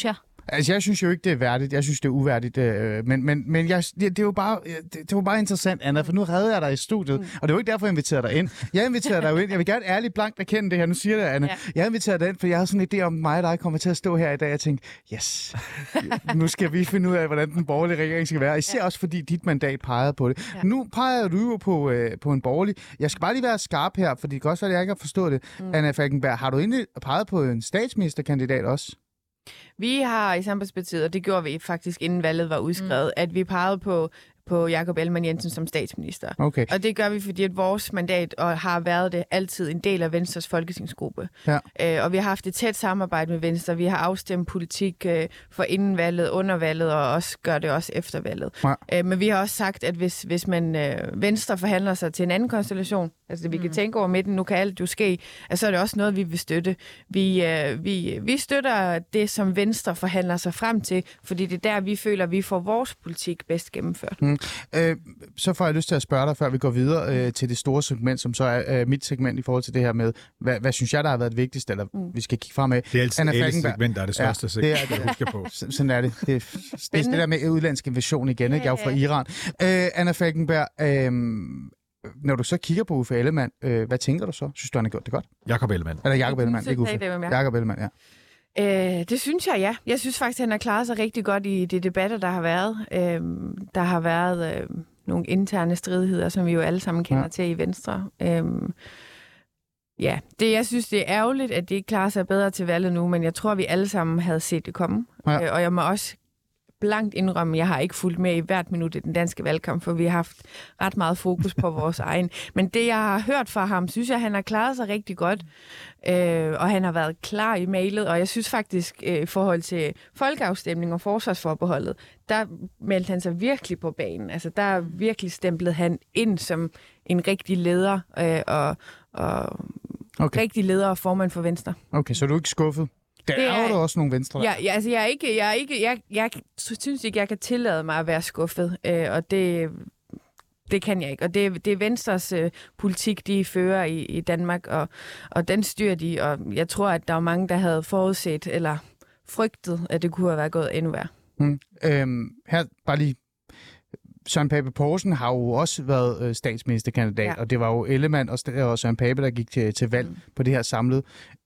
Altså, jeg synes jo ikke, det er værdigt. Jeg synes, det er uværdigt. Øh, men men, men jeg, det, det, er jo bare, det, det var bare interessant, Anna, for nu redder jeg dig i studiet. Mm. Og det var ikke derfor, jeg inviterede dig ind. Jeg inviterede dig jo ind. Jeg vil gerne ærligt blankt erkende det her. Nu siger det, Anna. Ja. Jeg inviterede dig ind, for jeg har sådan en idé om mig og dig kommer til at stå her i dag. Jeg tænkte, yes, nu skal vi finde ud af, hvordan den borgerlige regering skal være. Især ja. også, fordi dit mandat pegede på det. Ja. Nu peger du jo på, øh, på en borgerlig. Jeg skal bare lige være skarp her, for det kan også være, at jeg ikke har forstået det. Mm. Anna Falkenberg, har du egentlig peget på en statsministerkandidat også? Vi har i Sambandspartiet, og det gjorde vi faktisk inden valget var udskrevet, mm. at vi pegede på på Jakob Ellemann-Jensen som statsminister. Okay. Og det gør vi, fordi at vores mandat og har været det altid en del af Venstres folketingsgruppe. Ja. Øh, og vi har haft et tæt samarbejde med Venstre. Vi har afstemt politik øh, for inden valget, under valget, og også gør det også efter valget. Ja. Øh, men vi har også sagt, at hvis, hvis man øh, Venstre forhandler sig til en anden konstellation, altså det, vi mm. kan tænke over midten, nu kan alt jo ske, altså, så er det også noget, vi vil støtte. Vi, øh, vi, vi støtter det, som Venstre forhandler sig frem til, fordi det er der, vi føler, at vi får vores politik bedst gennemført. Mm. Øh, så får jeg lyst til at spørge dig, før vi går videre øh, til det store segment, som så er øh, mit segment i forhold til det her med, hvad, hvad synes jeg, der har været det vigtigste, eller mm. vi skal kigge fremad. Det er altid et segment, der er det største ja, segment, det er, det er, på. Sådan er det. Det er det, det der med udlandsk invasion igen, ikke? Jeg er jo fra Iran. Øh, Anna Falkenberg, øh, når du så kigger på Uffe Ellemann, øh, hvad tænker du så? Synes du, han har gjort det godt? Jakob Ellemann. Eller Jakob Ellemann, ikke Uffe. Jakob Ellemann, ja. Øh, det synes jeg, ja. Jeg synes faktisk, at han har klaret sig rigtig godt i de debatter, der har været. Øh, der har været øh, nogle interne stridigheder, som vi jo alle sammen kender ja. til i Venstre. Øh, ja, det, jeg synes, det er ærgerligt, at det ikke klarer sig bedre til valget nu, men jeg tror, vi alle sammen havde set det komme. Ja. Øh, og jeg må også blankt indrømme, jeg har ikke fulgt med i hvert minut i den danske valgkamp, for vi har haft ret meget fokus på vores egen. Men det, jeg har hørt fra ham, synes jeg, han har klaret sig rigtig godt. Øh, og han har været klar i mailet, og jeg synes faktisk, øh, i forhold til folkeafstemning og forsvarsforbeholdet, der meldte han sig virkelig på banen. Altså, der virkelig stemplede han ind som en rigtig leder, øh, og, og okay. rigtig leder og formand for Venstre. Okay, så er du ikke skuffet? Der det er, er jo også nogle venstre. Ja, ja, altså jeg er ikke, jeg er ikke, jeg, jeg synes ikke, jeg kan tillade mig at være skuffet, øh, og det, det kan jeg ikke. Og det, det er Venstres øh, politik, de fører i, i Danmark, og, og den styrer de, og jeg tror, at der er mange, der havde forudset eller frygtet, at det kunne have været gået endnu værre. Mm. Øhm, her bare lige. Søren Pape Poulsen har jo også været øh, statsministerkandidat, ja. og det var jo Ellemann og, og Søren Pape, der gik til, til valg mm. på det her samlet.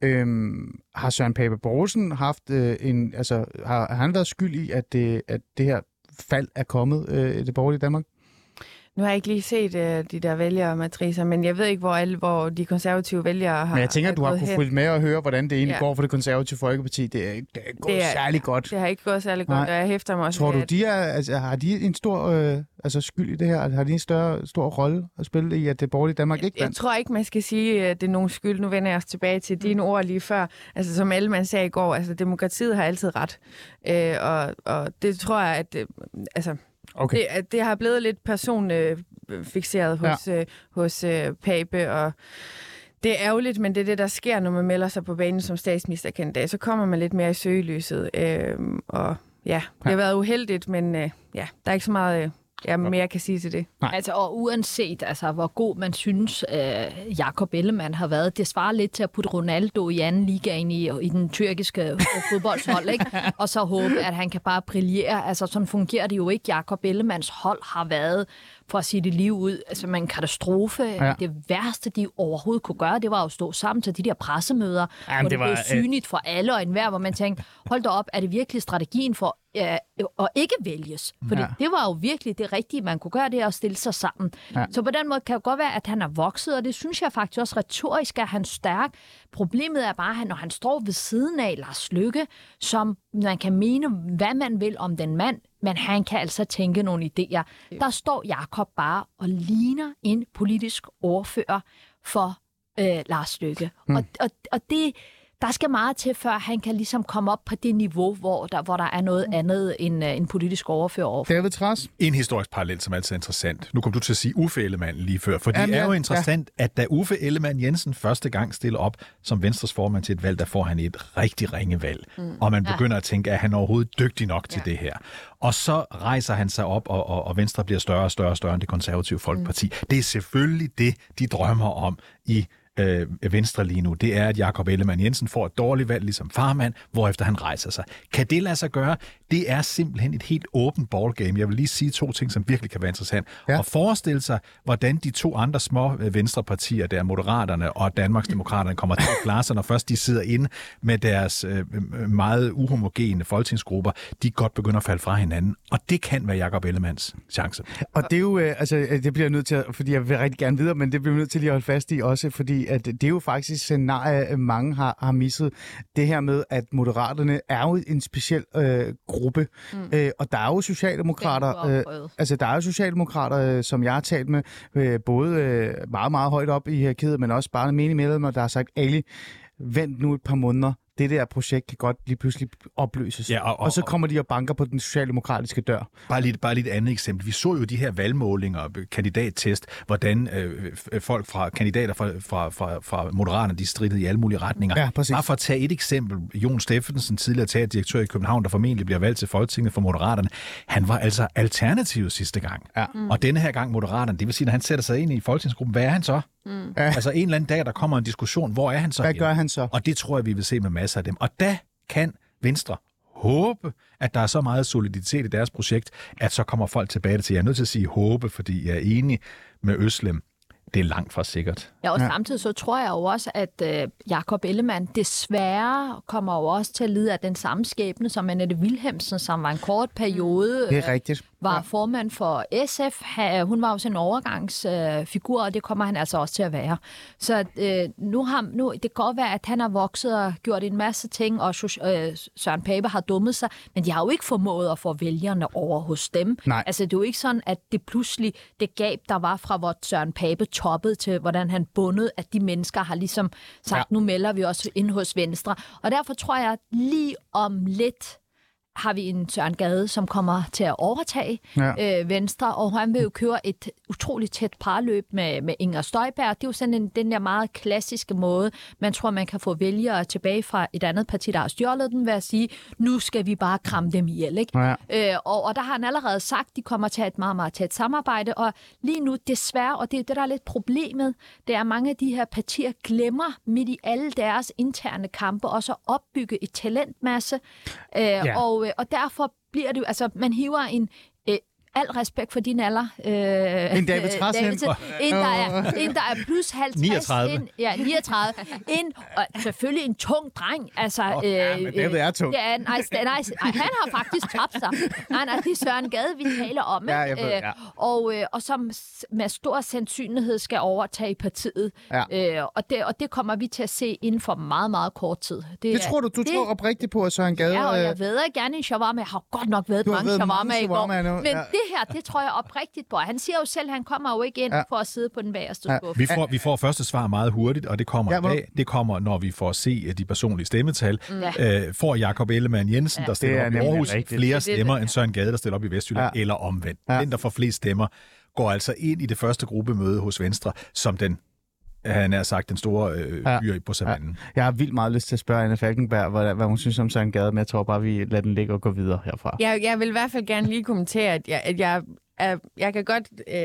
Øhm, har Søren Pape Poulsen haft øh, en, altså har, har han været skyld i, at det, at det her fald er kommet øh, i det borgerlige Danmark? Nu har jeg ikke lige set uh, de der vælgermatricer, men jeg ved ikke, hvor alle, hvor de konservative vælgere har. Men jeg tænker, at du har kunnet følge med og høre, hvordan det egentlig ja. går for det konservative Folkeparti. Det er ikke gået det er, særlig godt. Det har ikke gået særlig godt, Nej. og jeg hæfter mig også. Tror du, de er, altså, har de en stor øh, altså, skyld i det her? Har de en større stor rolle at spille i, at det borgerlige Danmark ikke vandt? Jeg tror ikke, man skal sige, at det er nogen skyld. Nu vender jeg os tilbage til dine mm. ord lige før. Altså, som Ellemann sagde i går, altså, demokratiet har altid ret. Øh, og, og det tror jeg, at øh, altså, okay. det, det har blevet lidt person... Øh, fikseret hos, ja. øh, hos øh, Pape, og det er ærgerligt, men det er det, der sker, når man melder sig på banen som statsministerkandidat. Så kommer man lidt mere i søgelyset, øh, og ja, det har været uheldigt, men øh, ja, der er ikke så meget... Øh, Ja, mere jeg kan sige til det. Nej. Altså, og uanset altså, hvor god man synes, øh, Jakob Ellemann har været, det svarer lidt til at putte Ronaldo i anden liga ind i, i den tyrkiske fodboldshold, ikke? Og så håbe, at han kan bare brillere. Altså, sådan fungerer det jo ikke. Jakob Ellemanns hold har været, for at sige det liv ud, altså med en katastrofe. Ja. Det værste, de overhovedet kunne gøre, det var at stå sammen til de der pressemøder, Jamen, hvor det, det var, blev synligt for alle og enhver, hvor man tænkte, hold da op, er det virkelig strategien for øh, at ikke vælges? For ja. det var jo virkelig det rigtige, man kunne gøre, det at stille sig sammen. Ja. Så på den måde kan det godt være, at han er vokset, og det synes jeg faktisk også retorisk er han stærk. Problemet er bare, at når han står ved siden af Lars Løkke, som man kan mene, hvad man vil om den mand, men han kan altså tænke nogle idéer. Der står Jakob bare og ligner en politisk ordfører for øh, Lars Løkke. Mm. Og, og, og det, der skal meget til, før han kan ligesom komme op på det niveau, hvor der, hvor der er noget andet end en politisk overfører overfor. David Trads? En historisk parallel, som altid er interessant. Nu kom du til at sige Uffe Ellemann lige før, for det Jamen, er jo interessant, ja. at da Uffe Ellemann Jensen første gang stiller op som Venstres formand til et valg, der får han et rigtig ringe valg. Mm. Og man begynder ja. at tænke, at han er overhovedet dygtig nok til ja. det her. Og så rejser han sig op, og, og, og Venstre bliver større og større og større end det konservative Folkeparti. Mm. Det er selvfølgelig det, de drømmer om i øh, Venstre lige nu, det er, at Jakob Ellemann-Jensen får et dårligt valg, ligesom farmand, hvorefter han rejser sig. Kan det lade sig gøre? Det er simpelthen et helt åbent ballgame. Jeg vil lige sige to ting, som virkelig kan være interessant. Ja. Og forestille sig, hvordan de to andre små venstrepartier, der er Moderaterne og Danmarksdemokraterne, kommer til at klare sig, når først de sidder inde med deres øh, meget uhomogene folketingsgrupper, de godt begynder at falde fra hinanden. Og det kan være Jakob Ellemanns chance. Og det er jo, øh, altså, det bliver jeg nødt til, at, fordi jeg vil rigtig gerne videre, men det bliver jeg nødt til lige at holde fast i også, fordi at det er jo faktisk et scenarie, mange har, har misset. Det her med, at Moderaterne er jo en speciel øh, gruppe, mm. øh, og der er jo socialdemokrater, øh, altså der er jo socialdemokrater, øh, som jeg har talt med, øh, både øh, meget, meget højt op i hierarkiet, men også bare menig medlemmer, der har sagt, Ali, vent nu et par måneder. Det der projekt kan godt lige pludselig opløses. Ja, og, og, og så kommer de og banker på den socialdemokratiske dør. Bare lidt, bare lidt andet eksempel. Vi så jo de her valgmålinger, kandidattest, hvordan øh, folk fra kandidater fra, fra, fra, fra Moderaterne, de stridede i alle mulige retninger. Ja, bare for at tage et eksempel. Jon Steffensen, tidligere teaterdirektør i København, der formentlig bliver valgt til Folketinget for Moderaterne, han var altså alternativet sidste gang. Ja. Mm. Og denne her gang Moderaterne, det vil sige, når han sætter sig ind i folketingsgruppen, hvad er han så? Mm. Altså en eller anden dag, der kommer en diskussion, hvor er han så? Hvad hen? gør han så? Og det tror jeg, vi vil se med masser af dem. Og da kan Venstre håbe, at der er så meget soliditet i deres projekt, at så kommer folk tilbage til. Jeg er nødt til at sige håbe, fordi jeg er enig med Øslem. Det er langt fra sikkert. Ja, og samtidig så tror jeg jo også, at øh, Jakob Ellemann desværre kommer jo også til at lide af den samme skæbne som Annette Wilhelmsen, som var en kort periode. Det er rigtigt. Var formand for S F. Hun var også en overgangsfigur, og det kommer han altså også til at være. Så øh, nu har nu, det kan godt være, at han har vokset og gjort en masse ting, og øh, Søren Pape har dummet sig, men de har jo ikke formået at få vælgerne over hos dem. Nej. Altså, det er jo ikke sådan, at det pludselig, det gab, der var fra, hvor Søren Pape toppede til, hvordan han bundede, at de mennesker har ligesom sagt, ja. Nu melder vi også ind hos Venstre. Og derfor tror jeg, at lige om lidt har vi en Søren Gade, som kommer til at overtage ja. øh, Venstre, og han vil jo køre et utroligt tæt parløb med, med Inger Støjberg. Det er jo sådan en, den der meget klassiske måde, man tror, man kan få vælgere tilbage fra et andet parti, der har stjålet dem, ved at sige, nu skal vi bare kramme dem ihjel. Ikke? Ja. Øh, og, og der har han allerede sagt, at de kommer til et meget, meget tæt samarbejde, og lige nu desværre, og det er det, der er lidt problemet, det er, at mange af de her partier glemmer midt i alle deres interne kampe også at opbygge et talentmasse, øh, ja. og Og derfor bliver det jo, altså man hiver en, øh, al respekt for din alder. Øh, en David Trassen. En, der er, en, der er plus halvtreds. niogtredive. En, ja, niogtredive. En, og selvfølgelig en tung dreng. Altså, oh, øh, ja, men David er tung. Ja, nej, nej, nej, han har faktisk tabt sig. Nej, nej, det er Søren Gade, vi taler om. Ja, jeg ved, ja. Og, øh, og som med stor sandsynlighed skal overtage partiet. Ja. Øh, og, det, og det kommer vi til at se inden for meget, meget kort tid. Det, det tror du, du det, tror oprigtigt på, at Søren Gade... Ja, og jeg ved gerne en shawarma. Jeg har godt nok været mange shawarma i går. Men ja. det her, det tror jeg oprigtigt på. Han siger jo selv, at han kommer jo ikke ind ja. for at sidde på den bagerste ja. skuffe. Vi får, vi får første svar meget hurtigt, og det kommer ja, i dag. Det kommer, når vi får se de personlige stemmetal. Ja. Øh, får Jakob Ellemann-Jensen, ja. der stiller op i Aarhus, flere stemmer end Søren Gade, der stiller op i Vestjylland, ja. eller omvendt. Ja. Den, der får flest stemmer, går altså ind i det første gruppemøde hos Venstre, som den han har sagt den store øh, ja. fyr på savannen. Ja. Jeg har vildt meget lyst til at spørge Anne Falkenberg, hvad, hvad hun synes om Søren Gade, men jeg tror bare, vi lader den ligge og gå videre herfra. Jeg, jeg vil i hvert fald gerne lige kommentere, at jeg, at jeg, at jeg kan godt øh,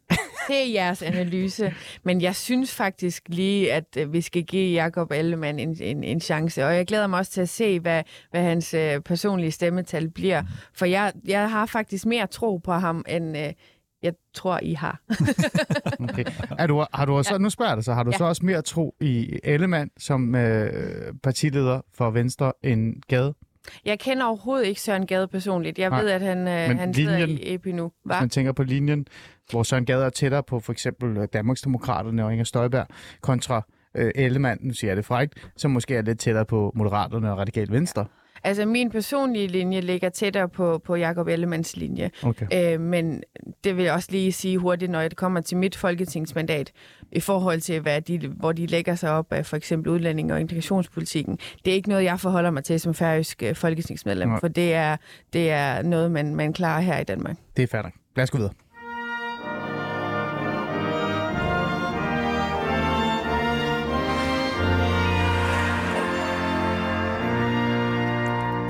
se jeres analyse, men jeg synes faktisk lige, at øh, vi skal give Jakob Ellemann en, en, en chance, og jeg glæder mig også til at se, hvad, hvad hans øh, personlige stemmetal bliver, for jeg, jeg har faktisk mere tro på ham, end øh, jeg tror, I har. Okay. Er du, har du også, ja. Nu spørger jeg dig så, har du ja. så også mere tro i Ellemann som øh, partileder for Venstre end Gade? Jeg kender overhovedet ikke Søren Gade personligt. Jeg Nej. ved, at han, øh, han sidder i E P nu. Hva? Hvis man tænker på linjen, hvor Søren Gade er tættere på for eksempel Danmarksdemokraterne og Inger Støjberg kontra øh, Ellemann, nu siger jeg det frækt, som måske er lidt tættere på Moderaterne og Radikale Venstre. Altså, min personlige linje ligger tættere på, på Jakob Ellemanns linje. Okay. Øh, men det vil jeg også lige sige hurtigt, når det kommer til mit folketingsmandat, i forhold til, hvad de, hvor de lægger sig op af for eksempel udlænding- og integrationspolitikken. Det er ikke noget, jeg forholder mig til som færøsk folketingsmedlem, ja. for det er, det er noget, man, man klarer her i Danmark. Det er færdigt. Lad os gå videre.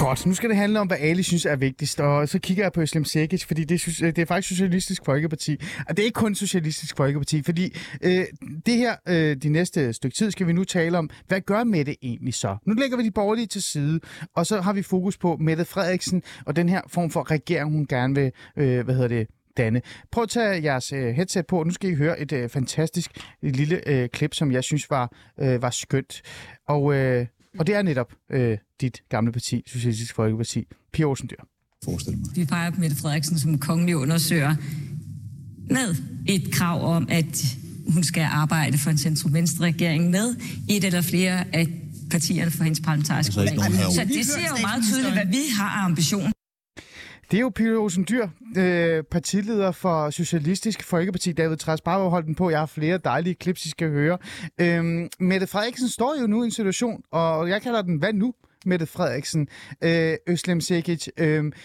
Godt, nu skal det handle om, hvad Ali synes er vigtigst, og så kigger jeg på Özlem Cekic, fordi det, synes, det er faktisk Socialistisk Folkeparti. Og det er ikke kun Socialistisk Folkeparti, fordi øh, det her, øh, de næste stykke tid, skal vi nu tale om, hvad gør Mette egentlig så? Nu lægger vi de borgerlige til side, og så har vi fokus på Mette Frederiksen og den her form for regering, hun gerne vil, øh, hvad hedder det, danne. Prøv at tage jeres øh, headset på, nu skal I høre et øh, fantastisk et lille øh, klip, som jeg synes var, øh, var skønt. Og... Øh, Og det er netop øh, dit gamle parti, Socialistisk Folkeparti. Pia Olsen Dyhr. Vi peger på Mette Frederiksen som kongelig undersøger med et krav om, at hun skal arbejde for en centrum-venstre-regering med et eller flere af partierne for hendes parlamentariske grundlag. Så det siger jo meget tydeligt, hvad vi har af ambition. Det er jo Pia Olsen Dyhr, øh, partileder for Socialistisk Folkeparti. David Trads, bare hold den på. Jeg har flere dejlige klips, I skal høre. Øhm, Mette Frederiksen står jo nu i en situation, og jeg kalder den, hvad nu, Mette Frederiksen? Øh, Özlem Cekic. Øh, øh,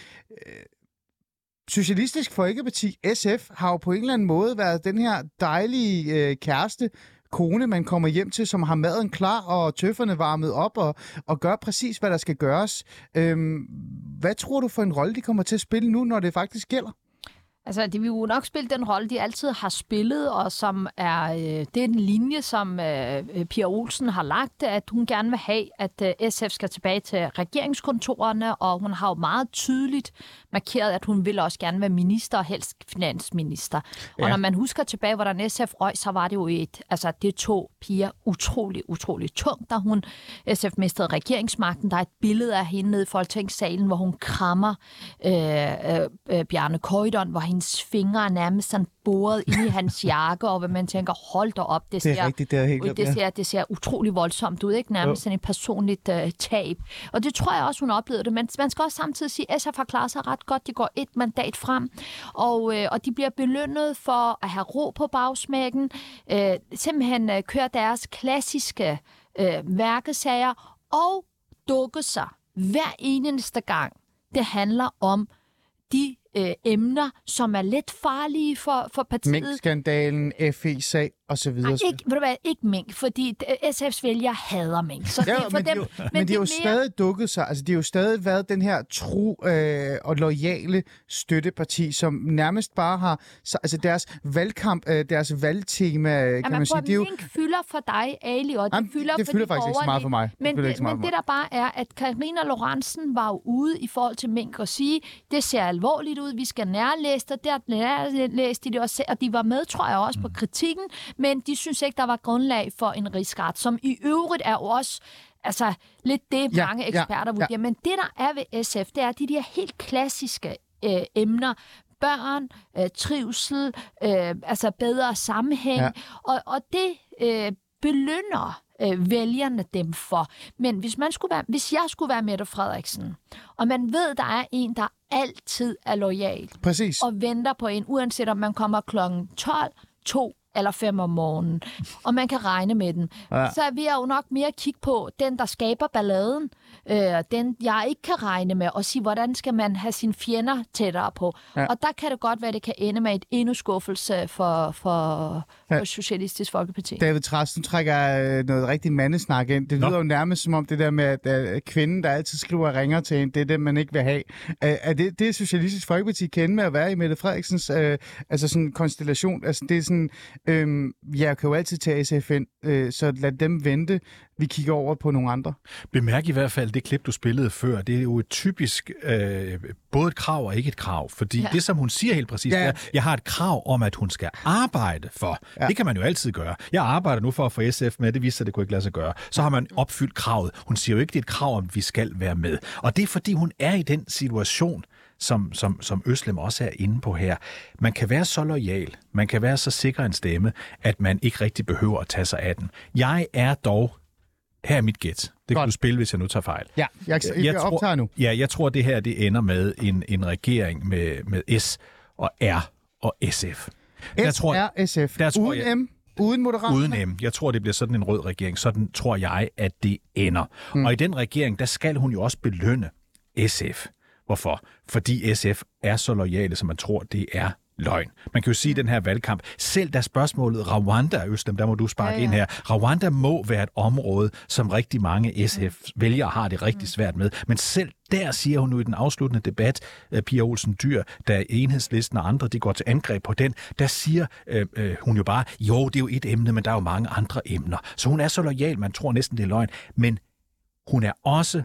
Socialistisk Folkeparti, S F, har jo på en eller anden måde været den her dejlige øh, kæreste, kone, man kommer hjem til, som har maden klar og tøfferne varmet op og, og gør præcis, hvad der skal gøres. Øhm, hvad tror du for en rolle, de kommer til at spille nu, når det faktisk gælder? Altså, de vil jo nok spille den rolle, de altid har spillet, og som er øh, den linje, som øh, Pia Olsen har lagt, at hun gerne vil have, at øh, S F skal tilbage til regeringskontorerne, og hun har jo meget tydeligt markeret, at hun vil også gerne være minister, og helst finansminister. Ja. Og når man husker tilbage, hvordan S F røg, så var det jo et, altså det tog Pia utrolig, utrolig tungt, da hun S F mistede regeringsmagten. Der er et billede af hende nede i Folketingssalen, hvor hun krammer øh, øh, øh, Bjarne Corydon, hvor hendes fingre er nærmest sådan boret ind i hans jakke, og hvad man tænker, hold da op, det, det er ser, rigtigt, det er helt det, det, ser, det ser utrolig voldsomt ud, ikke? Nærmest sådan et personligt uh, tab. Og det tror jeg også, hun oplevede det, men man skal også samtidig sige, at S F har klaret sig ret godt, de går et mandat frem, og, øh, og de bliver belønnet for at have ro på bagsmækken, øh, simpelthen øh, køre deres klassiske øh, værkesager, og dukke sig hver eneste gang. Det handler om de øh, emner, som er lidt farlige for, for partiet. Mink-skandalen, F E-sag og så videre. Ej, ikke, ved du hvad, ikke mink, fordi S F's vælgere hader mink. Så ja, det, for men, dem, de jo, men, men de har jo mere... stadig dukket sig, altså de har jo stadig været den her tro øh, og loyale støtteparti, som nærmest bare har, altså deres valgkamp, øh, deres valgtema, kan ja, man, man sige. Det mink jo... fylder for dig, Ali, og det Jamen, fylder det for fylder de faktisk ikke så meget for mig. Men, det, det, men det der bare er, at Karina Lorentzen var jo ude i forhold til mink og sige, det ser alvorligt ud, vi skal nærlæse det, der nærlæste de det også, og de var med, tror jeg, også på kritikken, men de synes ikke, der var grundlag for en rigsret, som i øvrigt er også altså, lidt det, ja, mange eksperter ja, vurderer. ja. Men det, der er ved S F, det er de der helt klassiske øh, emner, børn, øh, trivsel, øh, altså bedre sammenhæng, ja. og, og det øh, belønner øh, vælgerne dem for. Men hvis, man skulle være, hvis jeg skulle være Mette Frederiksen, og man ved, der er en, der altid er loyal, præcis, og venter på en, uanset om man kommer klokken tolv, to eller fem om morgenen, og man kan regne med den, ja. Så vil jeg jo nok mere kigge på den, der skaber balladen, øh, den, jeg ikke kan regne med, og sige, hvordan skal man have sine fjender tættere på. Ja. Og der kan det godt være, det kan ende med et endnu skuffelse for, for, ja. for Socialistisk Folkeparti. David Trads, nu trækker jeg noget rigtig mandesnak ind. Det lyder Nå. jo nærmest som om det der med, at, at kvinden, der altid skriver og ringer til en, det er det, man ikke vil have. Er det, det er Socialistisk Folkeparti kende med at være i Mette Frederiksens øh, altså sådan konstellation? Altså det er sådan... Øhm, jeg kan jo altid tage S F ind, øh, så lad dem vente. Vi kigger over på nogle andre. Bemærk i hvert fald det klip, du spillede før. Det er jo et typisk øh, både et krav og ikke et krav. Fordi ja. det, som hun siger helt præcis, ja. er, jeg har et krav om, at hun skal arbejde for. Ja. Det kan man jo altid gøre. Jeg arbejder nu for at få S F med. Det viste sig, det kunne ikke lade sig gøre. Så har man opfyldt kravet. Hun siger jo ikke, det er et krav om, at vi skal være med. Og det er, fordi hun er i den situation, som, som, som Özlem også er inde på her. Man kan være så loyal, man kan være så sikker en stemme, at man ikke rigtig behøver at tage sig af den. Jeg er dog, her er mit gæt, det kan Godt. du spille, hvis jeg nu tager fejl. Ja, jeg, jeg, jeg optager tror, nu. Ja, jeg tror, det her det ender med en, en regering med, med S og R og S F. S, der tror, R, S F. Der tror uden jeg, M? Uden Moderaterne? Uden M. Jeg tror, det bliver sådan en rød regering. Sådan tror jeg, at det ender. Hmm. Og i den regering, der skal hun jo også belønne S F. Hvorfor? Fordi S F er så loyale, som man tror, det er løgn. Man kan jo sige, at den her valgkamp, selv da spørgsmålet Rwanda, Øslem, der må du sparke ja, ja. ind her, Rwanda må være et område, som rigtig mange S F-vælgere har det rigtig svært med. Men selv der siger hun nu i den afsluttende debat, Pia Olsen Dyhr, da Enhedslisten og andre de går til angreb på den, der siger øh, øh, hun jo bare, jo, det er jo et emne, men der er jo mange andre emner. Så hun er så lojal, man tror næsten, det er løgn. Men hun er også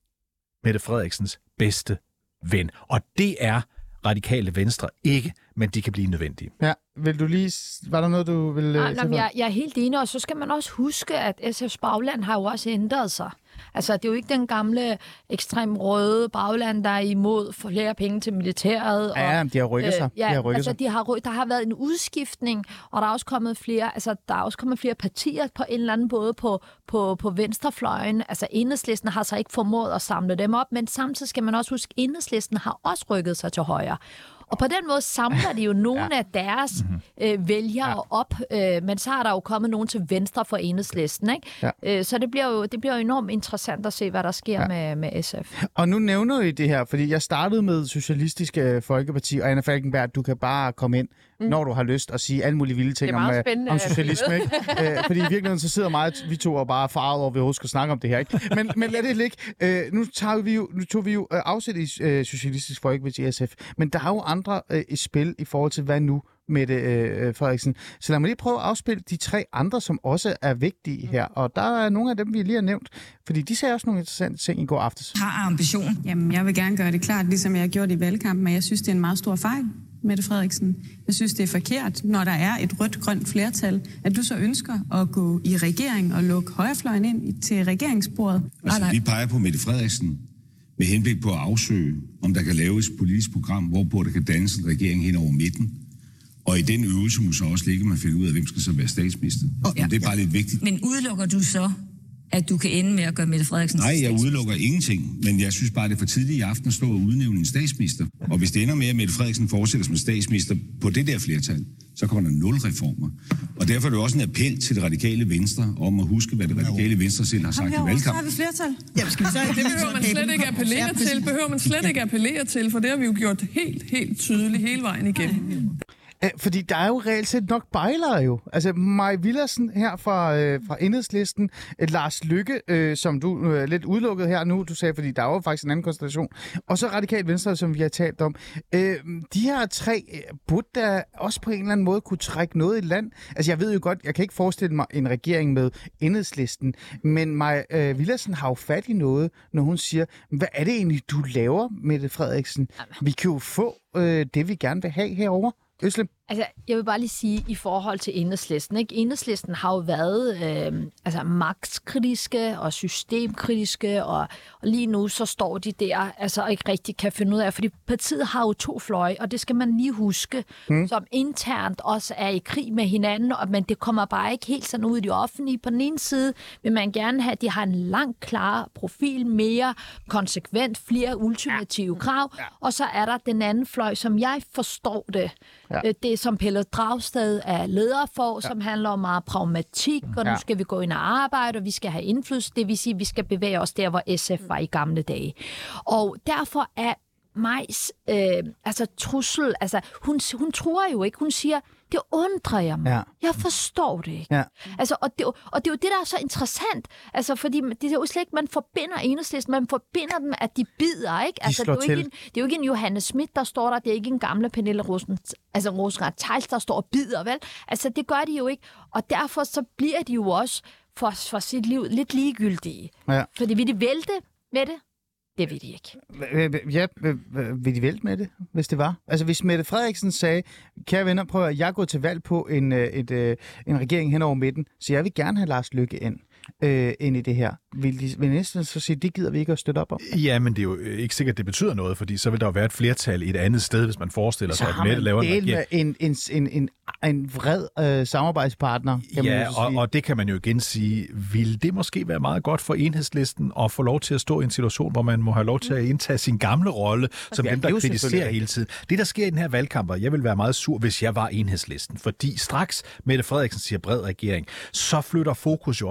Mette Frederiksens bedste ven. Og det er Radikale Venstre ikke, men de kan blive nødvendige. Ja, vil du lige... Var der noget, du vil... Nej, nej, jeg, jeg er helt enig, og så skal man også huske, at S F's bagland har jo også ændret sig. Altså, det er jo ikke den gamle ekstrem røde bagland, der er imod flere penge til militæret. Og, ja, de har rykket sig. Øh, ja, de har rykket altså, sig. De har, der har været en udskiftning, og der er også kommet flere, altså, der er også kommet flere partier på en eller anden både på, på, på venstrefløjen. Altså, Enhedslisten har så ikke formået at samle dem op, men samtidig skal man også huske, at Enhedslisten har også rykket sig til højre. Og på den måde samler de jo nogle ja. af deres øh, vælgere ja. op, øh, men så har der jo kommet nogen til venstre for Enhedslisten, ikke? Ja. Øh, så det bliver, jo, det bliver jo enormt interessant at se, hvad der sker ja. med, med S F. Og nu nævner I det her, fordi jeg startede med Socialistisk Folkeparti, og Anna Falkenberg, du kan bare komme ind, mm. når du har lyst, og sige alle mulige vilde ting om, om socialisme. Ikke? øh, fordi i virkeligheden så sidder meget, vi to og bare farvet over, vi overhovedet skal snakke om det her. Ikke? Men, men lad det ligge. Øh, nu, tager vi jo, nu tog vi jo øh, afsæt i øh, Socialistisk Folkeparti S F, men der er jo andre øh, i spil i forhold til, hvad nu, Mette øh, Frederiksen. Så lad mig lige prøve at afspille de tre andre, som også er vigtige her. Og der er nogle af dem, vi lige har nævnt, fordi de sagde også nogle interessante ting i går aftes. Har ambition. Jamen, jeg vil gerne gøre det klart, ligesom jeg har gjort i valgkampen, men jeg synes, det er en meget stor fejl, Mette Frederiksen. Jeg synes, det er forkert, når der er et rødt-grønt flertal, at du så ønsker at gå i regering og lukke højrefløjen ind til regeringsbordet. Altså, vi peger på Mette Frederiksen med henblik på at afsøge, om der kan laves et politisk program, hvorpå der kan dannes en regering hen over midten. Og i den øvelse må så også ligge, at man finder ud af, hvem skal så være statsminister. Og ja. Det er bare lidt vigtigt. Men udelukker du så, at du kan ende med at gøre Mette Frederiksen Nej, jeg udelukker ingenting, men jeg synes bare, det er for tidligt i aften at stå og udnævne en statsminister. Og hvis det ender med, at Mette Frederiksen fortsætter som statsminister på det der flertal, så kommer der nul reformer. Og derfor er det også en appel til det radikale Venstre om at huske, hvad det radikale Venstre selv har sagt i valgkampen. Så har vi flertal. Jamen, skal vi så, det behøver man slet ikke appellere til, behøver man slet ikke appellere til, for det har vi jo gjort helt, helt tydeligt hele vejen igennem. Fordi der er jo reelt set nok bejlere jo. Altså Maj Villadsen her fra, øh, fra Enhedslisten, øh, Lars Løkke, øh, som du øh, er lidt udelukket her nu, du sagde, fordi der er jo faktisk en anden konstellation. Og så Radikale Venstre, som vi har talt om. Øh, de her tre øh, burde der også på en eller anden måde kunne trække noget i land. Altså jeg ved jo godt, jeg kan ikke forestille mig en regering med Enhedslisten, men Maj øh, Villadsen har jo fat i noget, når hun siger, hvad er det egentlig, du laver, Mette Frederiksen? Vi kan jo få øh, det, vi gerne vil have herovre. Øslem? Altså, jeg vil bare lige sige, i forhold til Enhedslisten, ikke? Enhedslisten har jo været øh, altså, magtkritiske og systemkritiske, og, og lige nu så står de der altså ikke rigtig kan finde ud af, fordi partiet har jo to fløje, og det skal man lige huske, mm. som internt også er i krig med hinanden, og, men det kommer bare ikke helt sådan ud i det offentlige. På den ene side vil man gerne have, at de har en langt klar profil, mere konsekvent, flere ultimative ja. krav, ja. og så er der den anden fløj, som jeg forstår det, ja. det som Pelle Dragsted er leder for, ja. som handler om meget pragmatik, og nu ja. skal vi gå ind og arbejde, og vi skal have indflydelse. Det vil sige, at vi skal bevæge os der, hvor S F var i gamle dage. Og derfor er Majs øh, altså trussel, altså hun, hun tror jo ikke, hun siger, det undrer jeg mig. Ja. Jeg forstår det ikke. Ja. Altså, og, det, og det er jo det, der er så interessant. Altså, fordi det er jo slet ikke, man forbinder Enhedslisten, man forbinder dem, at de bider, ikke? Altså, de det, er jo ikke en, det er jo ikke en Johanne Schmidt, der står der, det er ikke en gamle Pernille Rosen, altså Rosenkrantz-Theils, der står og bider, vel? Altså, det gør de jo ikke. Og derfor så bliver de jo også for, for sit liv lidt ligegyldige. Ja. Fordi vil de vælte med det? Det ved de ikke. Ja, vil de vælte med det, hvis det var? Altså, hvis Mette Frederiksen sagde, kære venner, prøv at jeg går til valg på en, et, et, en regering hen over midten, så jeg vil gerne have Lars Løkke ind. Øh, ind i det her. Vil de vil næsten så sige, det gider vi ikke at støtte op om? Ja, men det er jo ikke sikkert, det betyder noget, fordi så vil der jo være et flertal i et andet sted, hvis man forestiller sig, at Mette laver en regering. En, en, en, en, en vred øh, samarbejdspartner, kan ja, man jo og, og det kan man jo igen sige, vil det måske være meget godt for Enhedslisten at få lov til at stå i en situation, hvor man må have lov til at indtage sin gamle rolle, som ja, dem, der kritiserer hele tiden. Det, der sker i den her valgkamp, jeg vil være meget sur, hvis jeg var Enhedslisten, fordi straks Mette Frederiksen siger bred regering, så flytter fokus jo også væk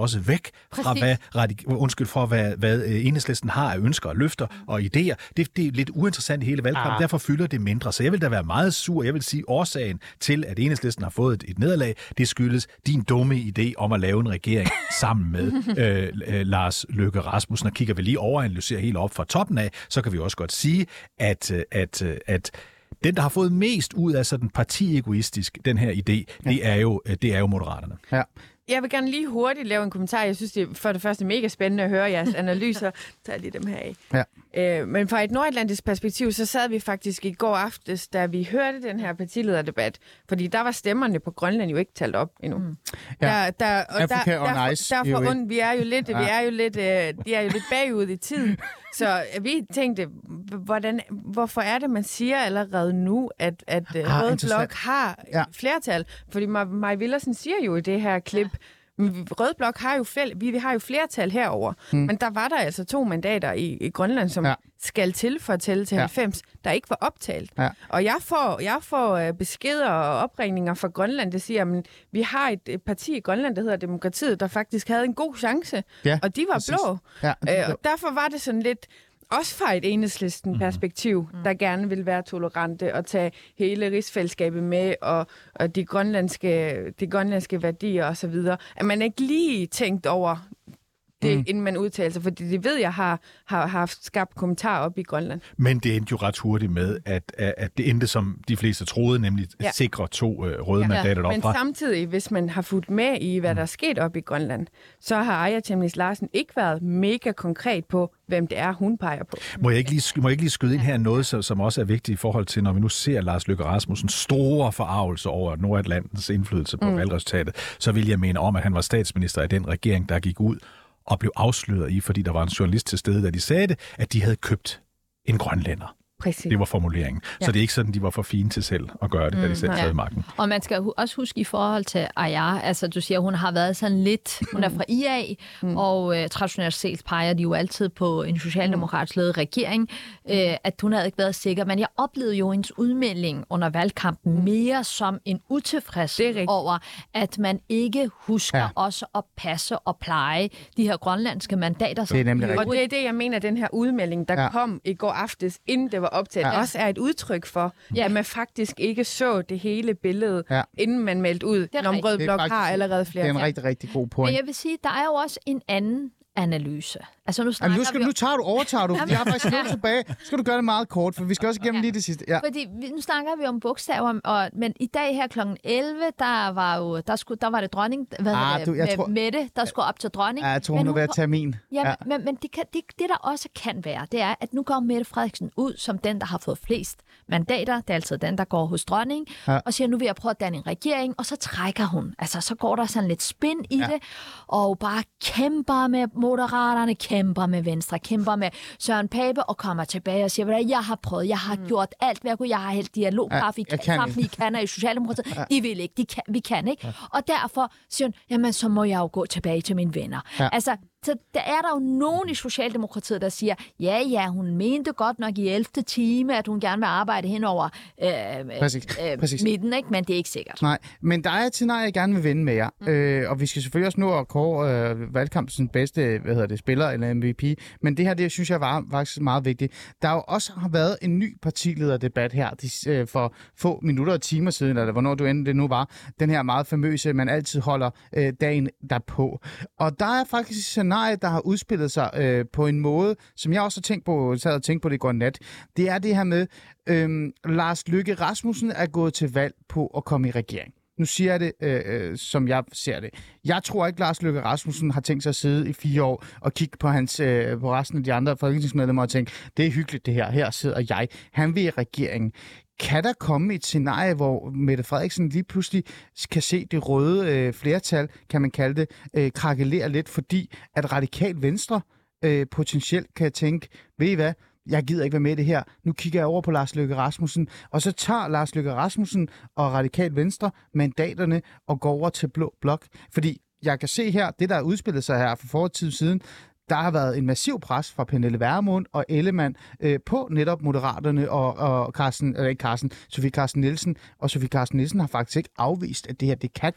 fra hvad, radik- undskyld, fra hvad, hvad Enhedslisten har af ønsker og løfter og idéer. Det, det er lidt uinteressant i hele valgkampen, ah. derfor fylder det mindre. Så jeg vil da være meget sur. Jeg vil sige, årsagen til, at Enhedslisten har fået et, et nederlag, det skyldes din dumme idé om at lave en regering sammen med øh, øh, Lars Løkke Rasmussen. Og kigger vi lige overanalyserer helt op fra toppen af, så kan vi også godt sige, at, at, at den, der har fået mest ud af sådan partiegoistisk, den her idé, ja. det, er jo, det er jo Moderaterne. Ja. Jeg vil gerne lige hurtigt lave en kommentar. Jeg synes, det er for det første mega spændende at høre jeres analyser. Så tager jeg lige dem her af. Ja. Øh, men fra et nordatlantisk perspektiv, så sad vi faktisk i går aftes, da vi hørte den her partilederdebat. Fordi der var stemmerne på Grønland jo ikke talt op endnu. Mm. Ja. Der, der, og Afrika der, on der, ice. derfor und, vi er jo lidt, ja. vi er jo lidt, øh, de er jo lidt bagud i tid. Så vi tænkte, hvordan, hvorfor er det, man siger allerede nu, at, at ah, Rød Blok har ja. flertal? Fordi Maj Villersen siger jo i det her klip, ja. Rød Blok har jo, fæl- vi har jo flertal herover, hmm. men der var der altså to mandater i, i Grønland, som ja. skal til for at tælle til ja. halvfems, der ikke var optalt. Ja. Og jeg får, jeg får beskeder og opringninger fra Grønland, der siger, at vi har et, et parti i Grønland, der hedder Demokratiet, der faktisk havde en god chance, ja, og de var præcis. blå. Ja, de øh, og derfor var det sådan lidt, også fra et Enhedslisten-perspektiv, mm. der gerne vil være tolerante og tage hele rigsfællesskabet med, og, og de, grønlandske, de grønlandske værdier osv., at man ikke lige tænkt over det, mm. inden man udtaler sig, fordi det ved jeg har, har, har haft skabt kommentarer op i Grønland. Men det endte jo ret hurtigt med, at, at det endte, som de fleste troede, nemlig at ja. sikre to uh, røde ja. mandater derfra. Men samtidig, hvis man har fulgt med i, hvad der er sket op i Grønland, så har Aaja Chemnitz Larsen ikke været mega konkret på, hvem det er, hun peger på. Må jeg ikke lige, må jeg ikke lige skyde ind her noget, som også er vigtigt i forhold til, når vi nu ser Lars Løkke Rasmussen store forarvelse over Nordatlantens indflydelse på mm. valgresultatet, så vil jeg mene om, at han var statsminister i den regering, der gik ud og blev afsløret i, fordi der var en journalist til stede, da de sagde det, at de havde købt en grønlænder. Præcis. Det var formuleringen. Ja. Så det er ikke sådan, de var for fine til selv at gøre det, mm, da de selv sad i magten. Og man skal også huske i forhold til Aaja, altså du siger, hun har været sådan lidt, hun er fra I A, mm. og øh, traditionelt set peger de jo altid på en socialdemokratisk ledet regering, øh, at hun havde ikke været sikker. Men jeg oplevede jo hendes udmelding under valgkampen mm. mere som en utilfredshed over, at man ikke husker ja. også at passe og pleje de her grønlandske mandater. Det er nemlig og det er det, jeg mener, den her udmelding, der ja. kom i går aftes, inden det var optaget, ja. også er et udtryk for, ja. at man faktisk ikke så det hele billede, ja. inden man meldte ud, når Rød Blok har allerede flere. Det er en rigtig, rigtig god point. Men jeg vil sige, der er jo også en anden analyse. Altså nu snakker Jamen, nu, skal, vi... nu tager du, overtager du, fordi jeg har faktisk noget tilbage. Skal du gøre det meget kort, for vi skal også igennem ja. lige det sidste. Ja. Fordi nu snakker vi om bogstaver, og, men i dag her klokken elleve, der var jo, der, skulle, der var det dronning, hvad ah, du, med, tror... Mette, der skulle op til dronning. Ja, jeg tror, hun er ved at tage min. Ja, ja. Men, men det, kan, det, det, der også kan være, det er, at nu går Mette Frederiksen ud som den, der har fået flest mandater. Det er altid den, der går hos dronning, ja. og siger, nu vil jeg prøve at danne en regering, og så trækker hun. Altså, så går der sådan lidt spin i ja. det, og bare kæmper med Moderaterne, kæmper med Venstre, kæmper med Søren Pape og kommer tilbage og siger, jeg har prøvet, jeg har mm. gjort alt, hvad jeg kunne, jeg har hældt dialogkraft ja, i kampen, I kan i Socialdemokratiet, ja. I vil ikke, de kan, vi kan ikke. Ja. Og derfor siger hun, jamen så må jeg jo gå tilbage til mine venner. Ja. Altså, så der er der jo nogen i Socialdemokratiet, der siger, ja, ja, hun mente godt nok i ellevte time, at hun gerne vil arbejde hen over øh, Præcis. Øh, Præcis. midten, ikke? Men det er ikke sikkert. Nej, men der er et scenarie, jeg gerne vil vinde med jer. Mm. Øh, og vi skal selvfølgelig også nå at kåre øh, valgkampens bedste hvad hedder det, spiller eller M V P. Men det her, det synes jeg var faktisk meget vigtigt. Der jo også har været en ny partilederdebat her de, øh, for få minutter og timer siden, eller hvornår du end det nu var. Den her meget famøse, man altid holder øh, dagen derpå. Og der er faktisk et scenarie, der har udspillet sig øh, på en måde, som jeg også har tænkt på, sad og tænkt på det i går nat. Det er det her med, øh, Lars Løkke Rasmussen er gået til valg på at komme i regering. Nu siger jeg det, øh, øh, som jeg ser det. Jeg tror ikke, Lars Løkke Rasmussen har tænkt sig at sidde i fire år og kigge på, hans, øh, på resten af de andre folketingsmedlemmer og tænke, det er hyggeligt det her, her sidder jeg. Han vil i regeringen. Kan der komme et scenarie, hvor Mette Frederiksen lige pludselig kan se det røde øh, flertal, kan man kalde det, øh, krakelere lidt, fordi at Radikal Venstre øh, potentielt kan tænke, ved I hvad, jeg gider ikke være med i det her. Nu kigger jeg over på Lars Løkke Rasmussen, og så tager Lars Løkke Rasmussen og Radikal Venstre mandaterne og går over til Blå Blok. Fordi jeg kan se her, det der er udspillet sig her for fortid siden, der har været en massiv pres fra Pernille Vermund og Ellemann øh, på netop Moderaterne og, og Carsten, eller ikke Carsten, Sofie Carsten Nielsen. Og Sofie Carsten Nielsen har faktisk ikke afvist, at det her, det kan godt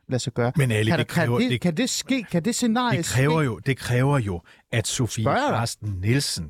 lade sig gøre. Men Ali, kan, det kræver, kan, det, det, kan det ske? Kan det scenarie det kræver ske? jo, det kræver jo, at Sofie Carsten Nielsen,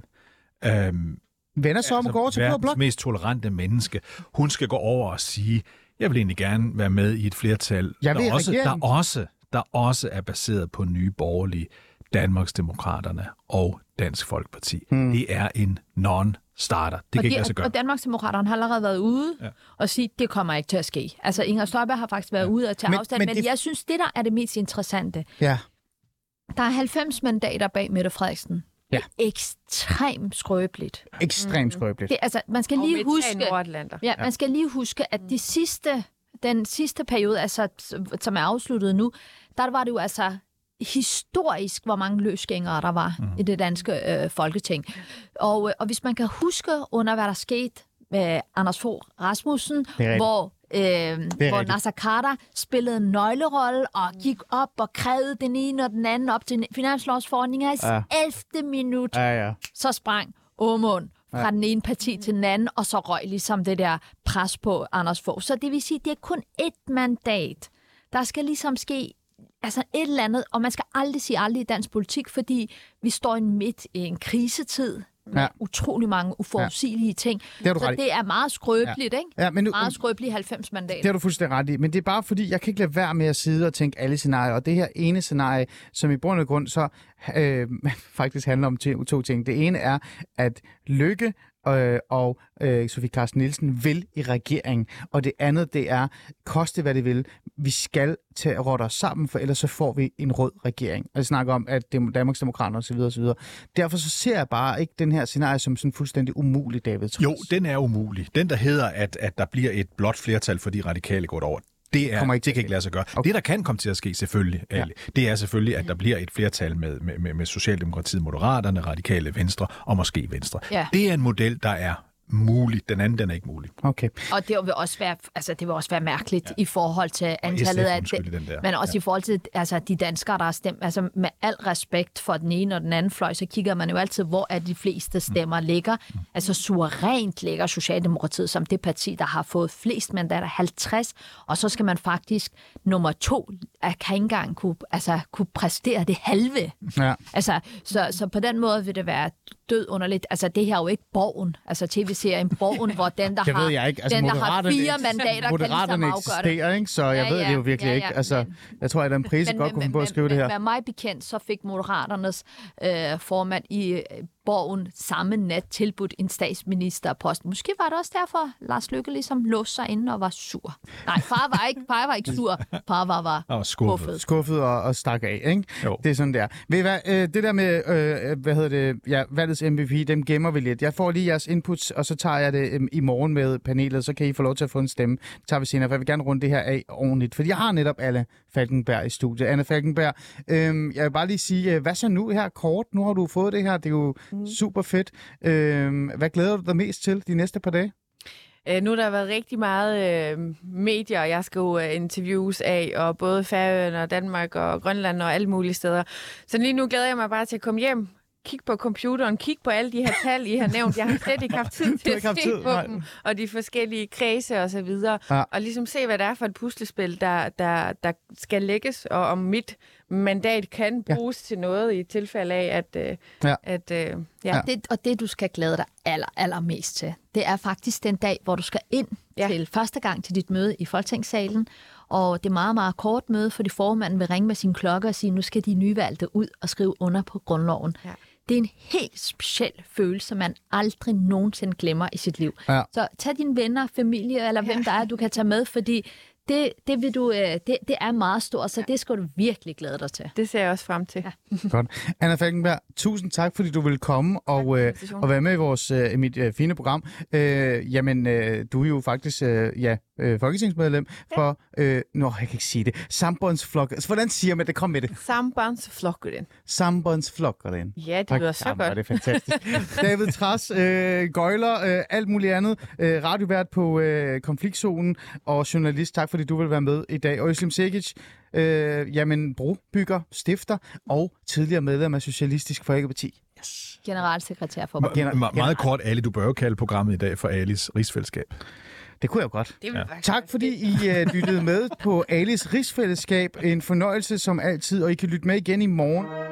øhm, vender sig om altså, og går over til Blå Blok? verdens mest tolerante menneske, hun skal gå over og sige, jeg vil egentlig gerne være med i et flertal, Jeg der, vil også, der, regeringen. også, der også er baseret på Nye Borgerlige, Danmarksdemokraterne og Dansk Folkeparti. Hmm. Det er en non-starter. Det kan og ikke lade sig Og gøre. Danmarksdemokraterne har allerede været ude Ja. og sige, det kommer ikke til at ske. Altså Inger Støjberg har faktisk været ja. ude og tage Men- afstand, men men, det- men jeg synes, det der er det mest interessante, Ja. der er halvfems mandater bag Mette Frederiksen. Ja. Det er ekstremt skrøbeligt. Ekstremt skrøbeligt. Det, altså, man skal Og lige med tre huske, Nordatlanter. ja, man skal lige huske, at de sidste, den sidste periode, altså, som er afsluttet nu, der var det jo altså historisk, hvor mange løsgængere der var mm. i det danske øh, folketing. Og, øh, og hvis man kan huske under, hvad der skete med Anders Fogh Rasmussen, hvor, øh, hvor Nasser Khader spillede en nøglerolle og gik op og krævede den ene og den anden op til finanslovsforordninger i Ja. ellevte minut, Ja, ja. så sprang Aamund fra ja. den ene parti til den anden, og så røg ligesom det der pres på Anders Fogh. Så det vil sige, det er kun ét mandat. Der skal ligesom ske altså et eller andet, og man skal aldrig sige aldrig i dansk politik, fordi vi står i midt i en krisetid med Ja. utrolig mange uforudsigelige ting. Det har du Så ret i. det er meget skrøbeligt, Ja. ikke? Ja, men nu- meget skrøbelige halvfems mandater. Det har du fuldstændig ret i, men det er bare fordi, jeg kan ikke lade være med at sidde og tænke alle scenarier, og det her ene scenarie, som i bund og grund så øh, faktisk handler om to, to ting. Det ene er, at Løkke øh, og øh, Sofie Carsten Nielsen vil i regering, og det andet, det er, koste hvad det vil, vi skal tage rotte os sammen, for ellers så får vi en rød regering. Og jeg snakker om, at det er Danmarksdemokraterne osv. osv. Derfor så ser jeg bare ikke den her scenarie som sådan fuldstændig umulig, David. Jo, den er umulig. Den, der hedder, at, at der bliver et blot flertal, fordi radikale går over. Det, er, Kommer ikke det kan ikke lade sig gøre. Okay. Det, der kan komme til at ske selvfølgelig, ja. Ali, det er selvfølgelig, at der bliver et flertal med, med, med, med Socialdemokratiet, Moderaterne, Radikale Venstre og måske Venstre. Ja. Det er en model, der er mulig. Den anden, den er ikke mulig. Okay. Og det vil også være, altså det vil også være mærkeligt ja. i forhold til antallet S F, af undskyld, den der. men også ja. i forhold til altså de danskere der har stemt. Altså med al respekt for den ene og den anden fløj, så kigger man jo altid, hvor er de fleste stemmer ligger. Mm. Altså suverænt ligger Socialdemokratiet som det parti, der har fået flest mandater, halvtreds, og så skal man faktisk nummer to at kan ikke engang kunne, altså, kunne præstere det halve. Ja. Altså, så, så på den måde vil det være død underligt. Altså, det her er jo ikke Borgen, altså tv-serien Borgen, hvor den, der Det har, ved jeg ikke. Altså, den, der har Moderaterne fire eks- mandater, kan ligesom Moderaterne afgøre det. eksisterer, ikke? Så jeg Ja, ved ja, det jo virkelig ja, ja, ikke. Altså, men- jeg tror, at den prise godt kunne finde på at skrive det her. Men mig bekendt, så fik Moderaternes øh, formand i øh, Borgen samme nat tilbudt en statsministerpost. Måske var det også derfor, Lars Løkke ligesom låste sig inde og var sur. Nej, far var ikke, far var ikke sur. Far var, var Og skuffet. Skuffet og, og stak af, ikke? Jo. Det er sådan der. Ved I hvad, øh, det der med, øh, hvad hedder det, ja, valgets M V P, dem gemmer vi lidt. Jeg får lige jeres inputs, og så tager jeg det øh, i morgen med panelet, så kan I få lov til at få en stemme. Det tager vi senere, for jeg vil gerne runde det her af ordentligt. Fordi jeg har netop Anna Falkenberg i studiet. Anna Falkenberg, øh, jeg vil bare lige sige, øh, hvad så nu her kort? Nu har du fået det her, det er jo mm. super fedt. Øh, hvad glæder du dig mest til de næste par dage? Øh, nu har der været rigtig meget øh, medier, jeg skal jo øh, interviews af, og både Færøerne og Danmark og Grønland og alle mulige steder. Så lige nu glæder jeg mig bare til at komme hjem, kigge på computeren, kigge på alle de her tal, I har nævnt. Jeg har slet ikke haft tid til at se tid, på nej. dem, og de forskellige kredse og så videre. Ja. Og ligesom se, hvad det er for et puslespil, der, der, der skal lægges, og om mit mandat kan bruges ja. til noget i tilfælde af, at... Øh, Ja. at øh, ja. Ja. Det, og det, du skal glæde dig aller, allermest til, det er faktisk den dag, hvor du skal ind ja. til første gang til dit møde i Folketingssalen. Og det er meget, meget kort møde, fordi formanden vil ringe med sin klokke og sige, nu skal de nyvalgte ud og skrive under på grundloven. Ja. Det er en helt speciel følelse, man aldrig nogensinde glemmer i sit liv. Ja. Så tag dine venner, familie eller hvem der er, du kan tage med, fordi det, det, vil du, det, det er meget stort, så det skal du virkelig glæde dig til. Det ser jeg også frem til. Ja. Godt. Anna Falkenberg, tusind tak, fordi du ville komme og, øh, og være med i vores øh, i mit øh, fine program. Øh, jamen, øh, du er jo faktisk øh, ja, øh, folketingsmedlem for... Øh, nå, jeg kan ikke sige det. Sambandsflokkeren. Hvordan siger man det? Kom med det. Sambandsflokkeren. Sambandsflokkeren. Ja, det lyder så godt. Det er fantastisk. David Trads, øh, gøjler, øh, alt muligt andet. Øh, radiovært på øh, Konfliktzonen og journalist. Tak, fordi du vil være med i dag. Og Özlem Cekic, øh, jamen, brobygger, stifter og tidligere medlem af Socialistisk Folkeparti. Yes. Generalsekretær for... Me- me- meget kort, Ali, du bør jo kalde programmet i dag for Alis Rigsfællesskab. Det kunne jeg godt. Det Ja. Tak fordi I uh, lyttede med på Alis Rigsfællesskab. En fornøjelse som altid, og I kan lytte med igen i morgen.